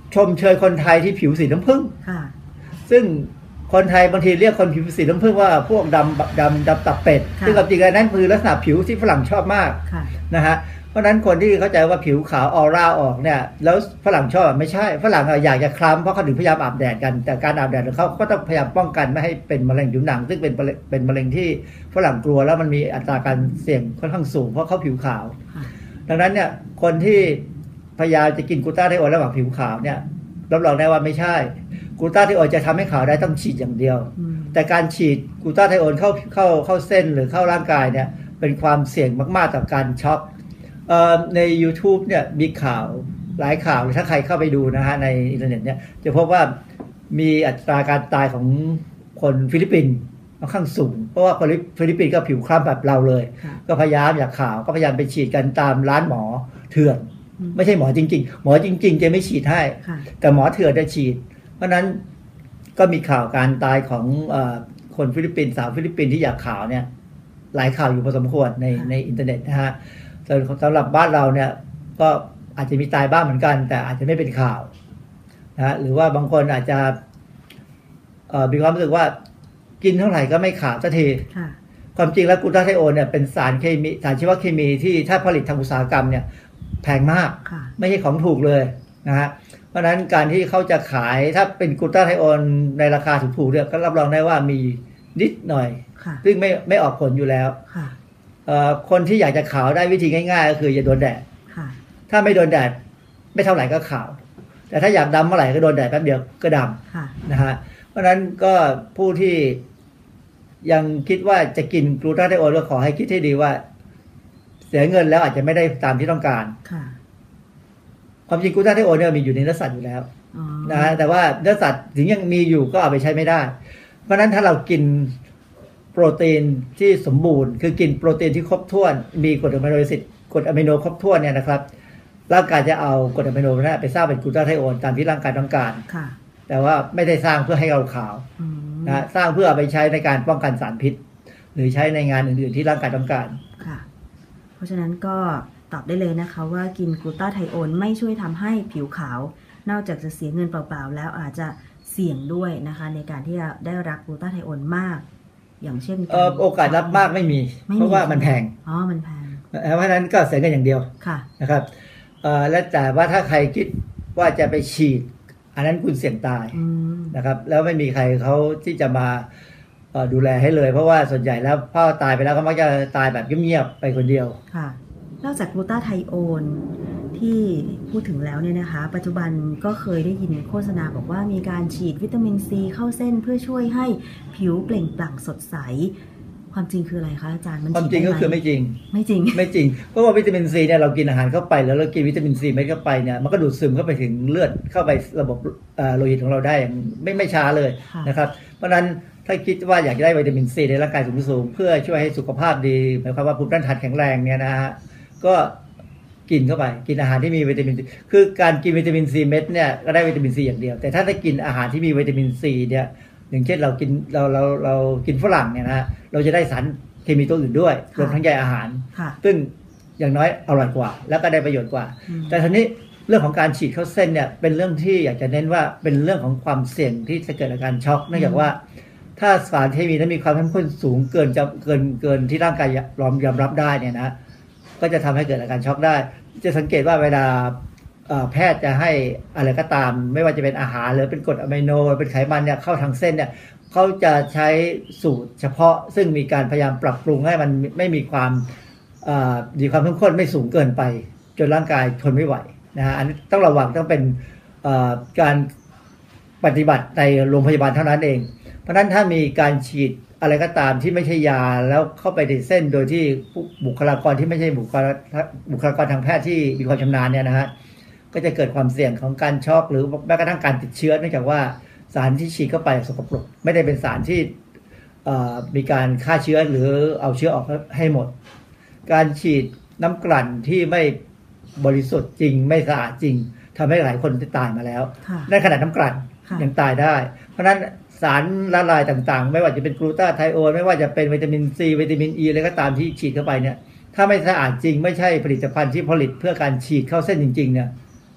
Speaker 7: ชมเชยคนไทยที่ผิวสีน้ำผึ้ง
Speaker 4: ค่ะ
Speaker 7: ซึ่งคนไทยบางทีเรียกคนผิวสีน้ำผึ้งว่าพวกดำดำดำตับเป็ด
Speaker 4: ค่ะ
Speaker 7: ซึ่งกับจริงๆแล้วนั่นคือลักษณะผิวที่ฝรั่งชอบมาก
Speaker 4: ค่ะ
Speaker 7: นะฮะเพราะฉะนั้นคนที่เข้าใจว่าผิวขาวออร่าออกเนี่ยแล้วฝรั่งชอบไม่ใช่ฝรั่งอยากจะคล้ำเพราะเขาถึงพยายามอาบแดดกันแต่การอาบแดดของเขาก็ต้องพยายามป้องกันไม่ให้เป็นมะเร็งผิวหนังซึ่งเป็นเป็นมะเร็งที่ฝรั่งกลัวแล้วมันมีอัตราการเสี่ยงค่อนข้างสูงเพราะเขาผิวขาว
Speaker 4: ค่ะ
Speaker 7: ดังนั้นเนี่ยคนที่พยายามจะกินกลูต้าไทโอนระหว่างผิวขาวเนี่ยรับรองได้ว่าไม่ใช่กลูต้าไทโอนจะทำให้ขาวได้ต้องฉีดอย่างเดียว
Speaker 4: อืม
Speaker 7: แต่การฉีดกลูต้าไทโอนเข้าเข้าเข้าเส้นหรือเข้าร่างกายเนี่ยเป็นความเสี่ยงมากๆต่อการช็อกเอ่อใน YouTube เนี่ยมีข่าวหลายข่าวเลยถ้าใครเข้าไปดูนะฮะในอินเทอร์เน็ตเนี่ยจะพบว่ามีอัตราการตายของคนฟิลิปปินส์ค่อนข้างสูงเพราะว่าคนฟิลิปปินส์ก็ผิวคล้ำแบบเราเลย
Speaker 4: ค่ะ
Speaker 7: ก็พยายามอยากขาวก็พยายามไปฉีดกันตามร้านหมอเถื่อน
Speaker 4: อืม
Speaker 7: ไม่ใช่หมอจริงๆ หมอจริงๆจะไม่ฉีดให้
Speaker 4: ค่ะ
Speaker 7: แต่หมอเถื่อนจะฉีด เพราะฉะนั้นก็มีข่าวการตายของเอ่อคนฟิลิปปินส์สาวฟิลิปปินส์ที่อยากขาวเนี่ยหลายข่าวอยู่พอสมควรใน
Speaker 4: ค่ะ
Speaker 7: ในอินเทอร์เน็ตนะฮะส่วนสำหรับบ้านเราเนี่ยก็อาจจะมีตายบ้างเหมือนกัน แต่อาจจะไม่เป็นข่าวนะฮะหรือว่าบางคนอาจจะเอ่อมีความรู้สึกว่ากินเท่าไหร่ก็ไม่ขาวสักที
Speaker 4: ค่ะ
Speaker 7: ความจริงแล้วกลูตาไทโอนเนี่ยเป็นสารเคมีสารชีวเคมีที่ถ้าผลิตทางอุตสาหกรรมเนี่ยแพงมาก
Speaker 4: ค่ะ
Speaker 7: ไม่ใช่ของถูกเลยนะฮะเพราะฉะนั้นการที่เขาจะขายถ้าเป็นกลูตาไทโอนในราคาถูกๆเนี่ยก็รับรองได้ว่ามีนิดหน่อย
Speaker 4: ค่ะ
Speaker 7: ซึ่งไม่ไม่ออกผลอยู่แล้ว
Speaker 4: ค่ะ
Speaker 7: เอ่อคนที่อยากจะขาวได้วิธีง่ายๆก็คืออย่าโดนแดด
Speaker 4: ค่ะ
Speaker 7: ถ้าไม่โดนแดดไม่เท่าไหร่ก็ขาว แต่ถ้าอยากดำเมื่อไหร่ก็โดนแดดแป๊บเดียวก็ดำ
Speaker 4: ค่ะ
Speaker 7: นะฮะเพราะฉะนั้นก็ผู้ที่ยังคิดว่าจะกินกลูตาไทโอนก็ขอให้คิดให้ดีว่าเสียเงินแล้วอาจจะไม่ได้ตามที่ต้องการ
Speaker 4: ค่ะ
Speaker 7: ความจริงกลูตาไทโอนเนี่ยมีอยู่ในเนื้อสัตว์อยู่แล้ว
Speaker 4: อ๋อ
Speaker 7: นะฮะแต่ว่าเนื้อสัตว์ถึงยังมีอยู่ก็เอาไปใช้ไม่ได้ เพราะฉะนั้นถ้าเรากินโปรตีนที่สมบูรณ์ คือกินโปรตีนที่ครบถ้วนมีกรดอะมิโนแอซิดกรดอะมิโนครบถ้วนเนี่ยนะครับร่างกายจะเอากรดอะมิโนนั้นไปสร้างเป็นกลูตาไทโอนตามที่ร่างกายต้องการ
Speaker 4: ค่ะ
Speaker 7: แต่ว่าไม่ได้สร้างเพื่อให้เราขาว
Speaker 4: อืม
Speaker 7: นะสร้างเพื่อเอาไปใช้ในการป้องกันสารพิษ หรือใช้ในงานอื่นๆที่ร่างกายต้องการ
Speaker 4: ค่ะ เพราะฉะนั้นก็ตอบได้เลยนะคะว่ากินกลูตาไทโอนไม่ช่วยทำให้ผิวขาว นอกจากจะเสียเงินเปล่าๆแล้วอาจจะเสี่ยงด้วยนะคะ ในการที่จะได้รับกลูตาไทโอนมาก อย่างเช่น
Speaker 7: เอ่อโอกาสรับมากไม่มี
Speaker 4: ไม่มี
Speaker 7: เพราะว่ามันแพง
Speaker 4: อ๋อมันแพง
Speaker 7: เพราะฉะนั้นก็เสียเงินอย่างเดียว
Speaker 4: ค่ะ
Speaker 7: นะครับเอ่อและแต่ว่าถ้าใครคิดว่าจะไปฉีด อันนั้นคุณเสี่ยงตาย
Speaker 4: อืม
Speaker 7: นะครับแล้วไม่มีใครเขาที่จะมาเอ่อดูแลให้เลย เพราะว่าส่วนใหญ่แล้วพ่อตายไปแล้วก็มักจะตายแบบเงียบๆไปคนเดียว
Speaker 4: ค่ะ นอกจากกลูตาไทโอนที่พูดถึงแล้วเนี่ยนะคะ ปัจจุบันก็เคยได้ยินโฆษณาบอกว่ามีการฉีดวิตามินซีเข้าเส้นเพื่อช่วยให้ผิวเปล่งปลั่งสดใส ความจริงคืออะไรคะอาจารย์มัน
Speaker 7: ความจริงก็คือไม่จริง
Speaker 4: ไม่จริง
Speaker 7: ไม่จริง เพราะว่าวิตามินซีเนี่ยเรากินอาหารเข้าไปแล้วเรากินวิตามินซีเม็ดเข้าไปเนี่ยมันก็ดูดซึมเข้าไปถึงเลือดเข้าไประบบเอ่อโลหิตของเราได้อย่างไม่ไม่ช้าเลย
Speaker 4: ค่ะ
Speaker 7: นะครับเพราะฉะนั้นถ้าคิดว่าอยากจะได้วิตามินซีในร่างกายสูงๆเพื่อช่วยให้สุขภาพดีหมายความว่าภูมิต้านทานแข็งแรงเนี่ยนะฮะก็กินเข้าไปกินอาหารที่มีวิตามินซีคือการกินวิตามินซีเม็ดเนี่ยก็ได้วิตามินซีอย่างเดียวแต่ถ้าได้กินอาหารที่มีวิตามินซีเนี่ยอย่างเช่นเรากินเราเราเรากินฝรั่งเนี่ยนะฮะเราจะได้สารเคมีตัวอื่นด้วยรวมทั้งใยอาหาร
Speaker 4: ค่ะ
Speaker 7: ซึ่งอย่างน้อยอร่อยกว่า แล้วก็ได้ประโยชน์กว่า
Speaker 4: อืม
Speaker 7: แต่ทีนี้เรื่องของการฉีดเข้าเส้นเนี่ยเป็นเรื่องที่อยากจะเน้นว่าเป็นเรื่องของความเสี่ยงที่จะเกิดอาการช็อกเนื่องจากว่า ถ้าสารเคมีนั้นมีความเข้มข้นสูงเกินจะเกินเกินที่ร่างกายยอมยอมรับได้เนี่ยนะก็จะทำให้เกิดอาการช็อกได้ จะสังเกตว่าเวลาเอ่อแพทย์จะให้อะไรก็ตาม ไม่ว่าจะเป็นอาหารหรือเป็นกรดอะมิโนเป็นไขมันเนี่ยเข้าทางเส้นเนี่ยเขาจะใช้สูตรเฉพาะซึ่งมีการพยายามปรับปรุงให้มันไม่มีความเอ่อมีความเข้มข้นไม่สูงเกินไป จนร่างกายทนไม่ไหวนะฮะอันนี้ต้องระวังต้องเป็นเอ่อการปฏิบัติในโรงพยาบาลเท่านั้นเอง เพราะฉะนั้นถ้ามีการฉีดอะไรก็ตามที่ไม่ใช่ยาแล้วเข้าไปในเส้นโดยที่บุคลากรที่ไม่ใช่บุคลาบุคลากรทางแพทย์ที่มีความชำนาญเนี่ยนะฮะก็จะเกิดความเสี่ยงของการช็อกหรือแม้กระทั่งการติดเชื้อเนื่องจากว่าสารที่ฉีดเข้าไปสกปรกไม่ได้เป็นสารที่เอ่อมีการฆ่าเชื้อหรือเอาเชื้อออกให้หมด การฉีดน้ำกลั่นที่ไม่บริสุทธิ์จริงไม่สะอาดจริงทำให้หลายคนตายมาแล้ว
Speaker 4: ค่ะ
Speaker 7: ในขนาดน้ำกลั่น
Speaker 4: ค่ะ
Speaker 7: ยังตายได้ เพราะฉะนั้นสารละลายต่างๆ ไม่ว่าจะเป็นกลูตาไทโอนไม่ว่าจะเป็นวิตามินซีวิตามินอีอะไรก็ตามที่ฉีดเข้าไปเนี่ยถ้าไม่สะอาดจริงไม่ใช่ผลิตภัณฑ์ที่ผลิตเพื่อการฉีดเข้าเส้นจริงๆเนี่ยโอ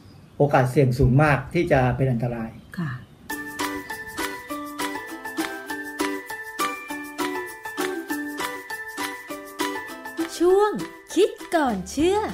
Speaker 7: อกาสเสี่ยงสูงมากที่จะเป็นอันตราย
Speaker 4: ค่ะ
Speaker 6: ช่วงคิดก่อนเชื่อ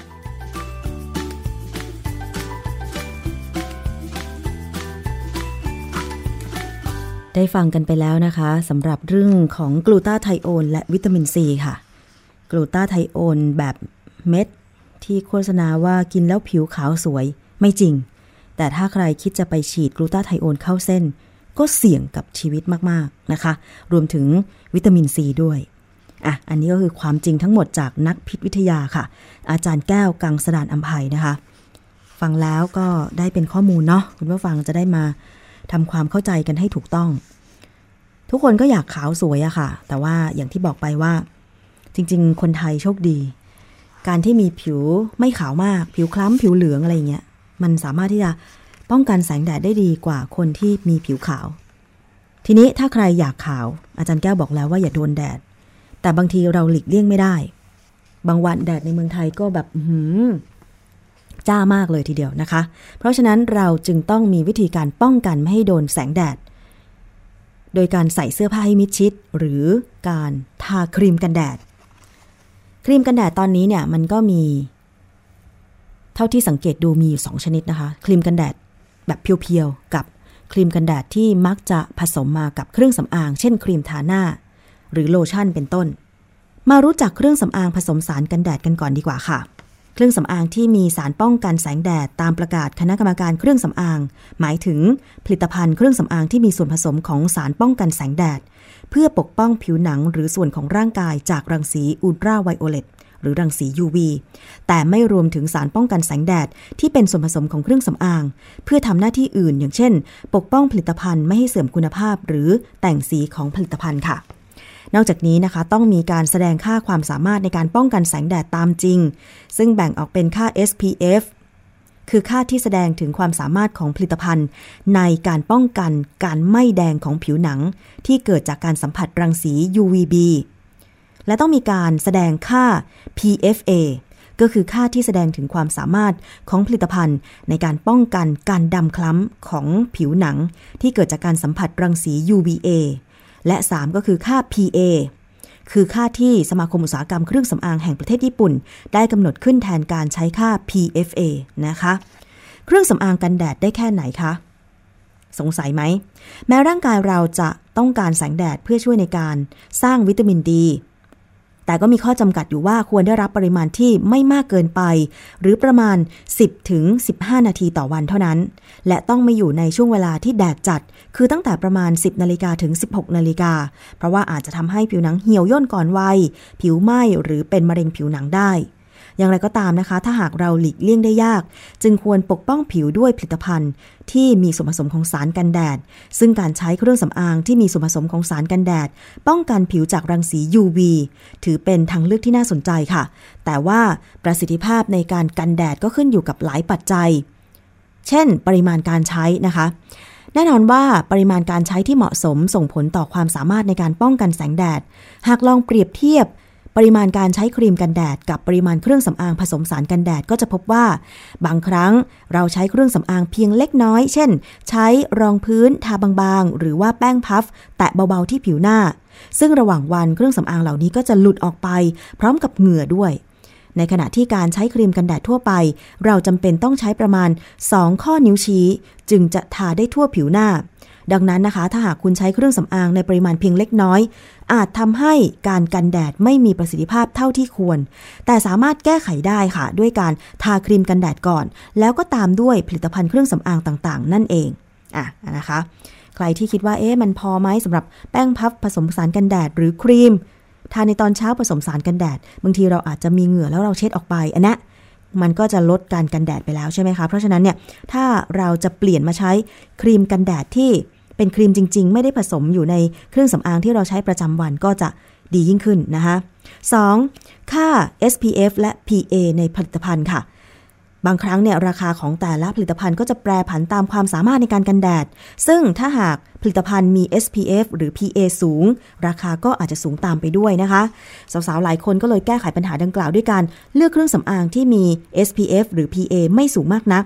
Speaker 4: ได้ฟังกันไปแล้วนะคะสำหรับเรื่องของกลูตาไทโอนและวิตามินซีค่ะกลูตาไทโอนแบบเม็ดที่โฆษณาว่ากินแล้วผิวขาวสวยไม่จริงแต่ถ้าใครคิดจะไปฉีดกลูตาไทโอนเข้าเส้นก็เสี่ยงกับชีวิตมากๆนะคะรวมถึงวิตามินซีด้วยอ่ะอันนี้ก็คือความจริงทั้งหมดจากนักพิษวิทยาค่ะอาจารย์แก้วกังสดาลอำไพนะคะฟังแล้วก็ได้เป็นข้อมูลเนาะคุณผู้ฟังจะได้มาทำความเข้าใจกันให้ถูกต้องทุกคนก็อยากขาวสวยอะค่ะแต่ว่าอย่างที่บอกไปว่าจริงๆคนไทยโชคดีการที่มีผิวไม่ขาวมากผิวคล้ำผิวเหลืองอะไรเงี้ยมันสามารถที่จะป้องกันแสงแดดได้ดีกว่าคนที่มีผิวขาวทีนี้ถ้าใครอยากขาวอาจารย์แก้วบอกแล้วว่าอย่าโดนแดดแต่บางทีเราหลีกเลี่ยงไม่ได้บางวันแดดในเมืองไทยก็แบบหืมจ้ามากเลยทีเดียวนะคะเพราะฉะนั้นเราจึงต้องมีวิธีการป้องกันไม่ให้โดนแสงแดดโดยการใส่เสื้อผ้าให้มิดชิดหรือการทาครีมกันแดดครีมกันแดดตอนนี้เนี่ยมันก็มีเท่าที่สังเกตดูมีอยู่สองชนิดนะคะครีมกันแดดแบบเพียวๆกับครีมกันแดดที่มักจะผสมมากับเครื่องสำอางเช่นครีมทาหน้าหรือโลชั่นเป็นต้นมารู้จักเครื่องสำอางผสมสารกันแดดกันก่อนดีกว่าค่ะเครื่องสำอางที่มีสารป้องกันแสงแดดตามประกาศคณะกรรมการเครื่องสำอางหมายถึงผลิตภัณฑ์เครื่องสำอางที่มีส่วนผสมของสารป้องกันแสงแดดเพื่อปกป้องผิวหนังหรือส่วนของร่างกายจากรังสีอุลตราไวโอเลตหรือรังสี ยู วี แต่ไม่รวมถึงสารป้องกันแสงแดดที่เป็นส่วนผสมของเครื่องสำอางเพื่อทำหน้าที่อื่นอย่างเช่นปกป้องผลิตภัณฑ์ไม่ให้เสื่อมคุณภาพหรือแต่งสีของผลิตภัณฑ์ค่ะนอกจากนี้นะคะต้องมีการแสดงค่าความสามารถในการป้องกันแสงแดดตามจริงซึ่งแบ่งออกเป็นค่า เอส พี เอฟ คือค่าที่แสดงถึงความสามารถของผลิตภัณฑ์ในการป้องกันการไหม้แดงของผิวหนังที่เกิดจากการสัมผัสรังสี ยู วี บี และต้องมีการแสดงค่า พี เอฟ เอ ก็คือค่าที่แสดงถึงความสามารถของผลิตภัณฑ์ในการป้องกันการดำคล้ำของผิวหนังที่เกิดจากการสัมผัสรังสี ยู วี เอและสามก็คือค่า พี เอ คือค่าที่สมาคมอุตสาหกรรมเครื่องสำอางแห่งประเทศญี่ปุ่นได้กำหนดขึ้นแทนการใช้ค่า พี เอฟ เอ นะคะเครื่องสำอางกันแดดได้แค่ไหนคะสงสัยไหมแม้ร่างกายเราจะต้องการแสงแดดเพื่อช่วยในการสร้างวิตามินดีแต่ก็มีข้อจำกัดอยู่ว่าควรได้รับปริมาณที่ไม่มากเกินไปหรือประมาณ สิบถึงสิบห้า นาทีต่อวันเท่านั้นและต้องไม่อยู่ในช่วงเวลาที่แดดจัดคือตั้งแต่ประมาณ สิบนาฬิกาถึง สิบหกนาฬิกาเพราะว่าอาจจะทำให้ผิวหนังเหี่ยวย่นก่อนวัยผิวไหม้หรือเป็นมะเร็งผิวหนังได้อย่างไรก็ตามนะคะถ้าหากเราหลีกเลี่ยงได้ยากจึงควรปกป้องผิวด้วยผลิตภัณฑ์ที่มีส่วนผสมของสารกันแดดซึ่งการใช้เครื่องสำอางที่มีส่วนผสมของสารกันแดดป้องกันผิวจากรังสี ยู วี ถือเป็นทางเลือกที่น่าสนใจค่ะแต่ว่าประสิทธิภาพในการกันแดดก็ขึ้นอยู่กับหลายปัจจัยเช่นปริมาณการใช้นะคะแน่นอนว่าปริมาณการใช้ที่เหมาะสมส่งผลต่อความสามารถในการป้องกันแสงแดดหากลองเปรียบเทียบปริมาณการใช้ครีมกันแดดกับปริมาณเครื่องสำอางผสมสารกันแดดก็จะพบว่าบางครั้งเราใช้เครื่องสำอางเพียงเล็กน้อยเช่นใช้รองพื้นทาบางๆหรือว่าแป้งพัฟแตะเบาๆที่ผิวหน้าซึ่งระหว่างวันเครื่องสำอางเหล่านี้ก็จะหลุดออกไปพร้อมกับเหงื่อด้วยในขณะที่การใช้ครีมกันแดดทั่วไปเราจำเป็นต้องใช้ประมาณสองข้อนิ้วชี้จึงจะทาได้ทั่วผิวหน้าดังนั้นนะคะถ้าหากคุณใช้เครื่องสำอางในปริมาณเพียงเล็กน้อยอาจทำให้การกันแดดไม่มีประสิทธิภาพเท่าที่ควรแต่สามารถแก้ไขได้ค่ะด้วยการทาครีมกันแดดก่อนแล้วก็ตามด้วยผลิตภัณฑ์เครื่องสำอางต่างๆนั่นเองอ่ะนะคะใครที่คิดว่าเอ๊ะมันพอไหมสำหรับแป้งพัฟผสมสารกันแดดหรือครีมทาในตอนเช้าผสมสารกันแดดบางทีเราอาจจะมีเหงื่อแล้วเราเช็ดออกไปอันนั้นมันก็จะลดการกันแดดไปแล้วใช่ไหมคะเพราะฉะนั้นเนี่ยถ้าเราจะเปลี่ยนมาใช้ครีมกันแดดที่เป็นครีมจริงๆไม่ได้ผสมอยู่ในเครื่องสำอางที่เราใช้ประจำวันก็จะดียิ่งขึ้นนะคะสองค่า เอส พี เอฟ และ พี เอ ในผลิตภัณฑ์ค่ะบางครั้งเนี่ยราคาของแต่ละผลิตภัณฑ์ก็จะแปรผันตามความสามารถในการกันแดดซึ่งถ้าหากผลิตภัณฑ์มี เอส พี เอฟ หรือ พี เอ สูงราคาก็อาจจะสูงตามไปด้วยนะคะสาวๆหลายคนก็เลยแก้ไขปัญหาดังกล่าวด้วยการเลือกเครื่องสำอางที่มี เอส พี เอฟ หรือ พี เอ ไม่สูงมากนัก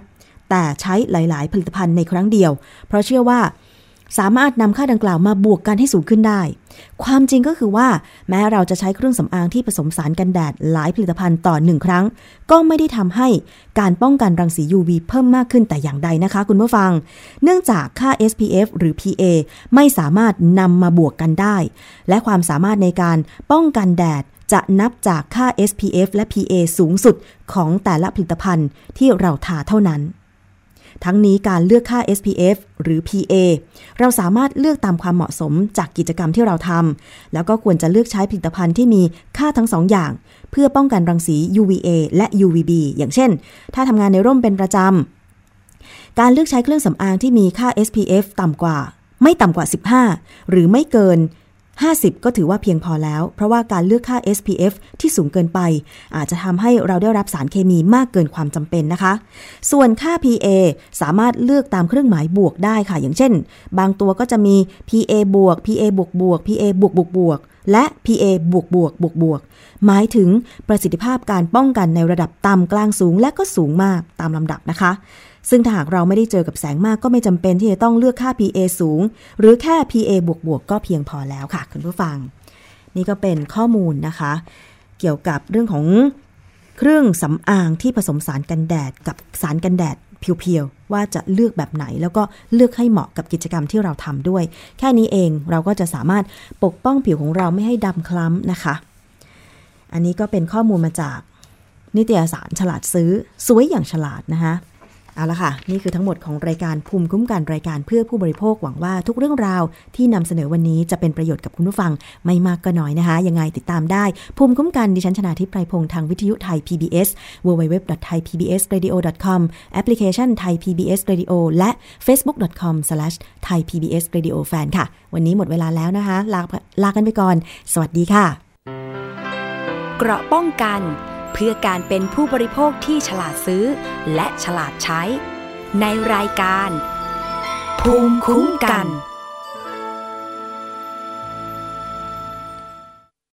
Speaker 4: แต่ใช้หลายๆผลิตภัณฑ์ในครั้งเดียวเพราะเชื่อว่าสามารถนำค่าดังกล่าวมาบวกกันให้สูงขึ้นได้ความจริงก็คือว่าแม้เราจะใช้เครื่องสำอางที่ผสมสารกันแดดหลายผลิตภัณฑ์ต่อหนึ่งครั้งก็ไม่ได้ทำให้การป้องกันรังสี ยู วี เพิ่มมากขึ้นแต่อย่างใดนะคะคุณผู้ฟังเนื่องจากค่า เอส พี เอฟ หรือ พี เอ ไม่สามารถนำมาบวกกันได้และความสามารถในการป้องกันแดดจะนับจากค่า เอส พี เอฟ และ พี เอ สูงสุดของแต่ละผลิตภัณฑ์ที่เราทาเท่านั้นทั้งนี้การเลือกค่า เอส พี เอฟ หรือ พี เอ เราสามารถเลือกตามความเหมาะสมจากกิจกรรมที่เราทำแล้วก็ควรจะเลือกใช้ผลิตภัณฑ์ที่มีค่าทั้งสองอย่างเพื่อป้องกันรังสี ยู วี เอ และ ยู วี บี อย่างเช่นถ้าทำงานในร่มเป็นประจำการเลือกใช้เครื่องสำอางที่มีค่า เอส พี เอฟ ต่ำกว่าไม่ต่ำกว่าสิบห้าหรือไม่เกินห้าสิบก็ถือว่าเพียงพอแล้วเพราะว่าการเลือกค่า เอส พี เอฟ ที่สูงเกินไปอาจจะทำให้เราได้รับสารเคมีมากเกินความจำเป็นนะคะส่วนค่า พี เอ สามารถเลือกตามเครื่องหมายบวกได้ค่ะอย่างเช่นบางตัวก็จะมี พี เอ บวก พี เอ บวกบวก พี เอ บวกบวกบวกและ พี เอ บวกบวกบวกบวกหมายถึงประสิทธิภาพการป้องกันในระดับต่ำกลางสูงและก็สูงมากตามลำดับนะคะซึ่งถ้าหากเราไม่ได้เจอกับแสงมากก็ไม่จำเป็นที่จะต้องเลือกค่า พี เอ สูงหรือแค่ พี เอ บวกบวกก็เพียงพอแล้วค่ะคุณผู้ฟังนี่ก็เป็นข้อมูลนะคะเกี่ยวกับเรื่องของเครื่องสำอางที่ผสมสารกันแดดกับสารกันแดดเพียวๆว่าจะเลือกแบบไหนแล้วก็เลือกให้เหมาะกับกิจกรรมที่เราทำด้วยแค่นี้เองเราก็จะสามารถปกป้องผิวของเราไม่ให้ดำคล้ำนะคะอันนี้ก็เป็นข้อมูลมาจากนิตยสารฉลาดซื้อสวยอย่างฉลาดนะคะเอาละค่ะนี่คือทั้งหมดของรายการภูมิคุ้มกันรายการเพื่อผู้บริโภคหวังว่าทุกเรื่องราวที่นำเสนอวันนี้จะเป็นประโยชน์กับคุณผู้ฟังไม่มากก็น้อยนะคะยังไงติดตามได้ภูมิคุ้มกันดิฉันชนาธิปไพรพงษ์ทางวิทยุไทย พี บี เอส ดับเบิลยู ดับเบิลยู ดับเบิลยู ดอท ไทย พี บี เอส เรดิโอ ดอท คอม แอปพลิเคชัน Thai พี บี เอส Radio และ เฟซบุ๊ก ดอท คอม สแลช ไทย พี บี เอส เรดิโอ แฟน ค่ะวันนี้หมดเวลาแล้วนะคะลาลากันไปก่อนสวัสดีค่ะ
Speaker 1: เกราะป้องกันเพื่อการเป็นผู้บริโภคที่ฉลาดซื้อและฉลาดใช้ในรายการภูมิคุ้มกัน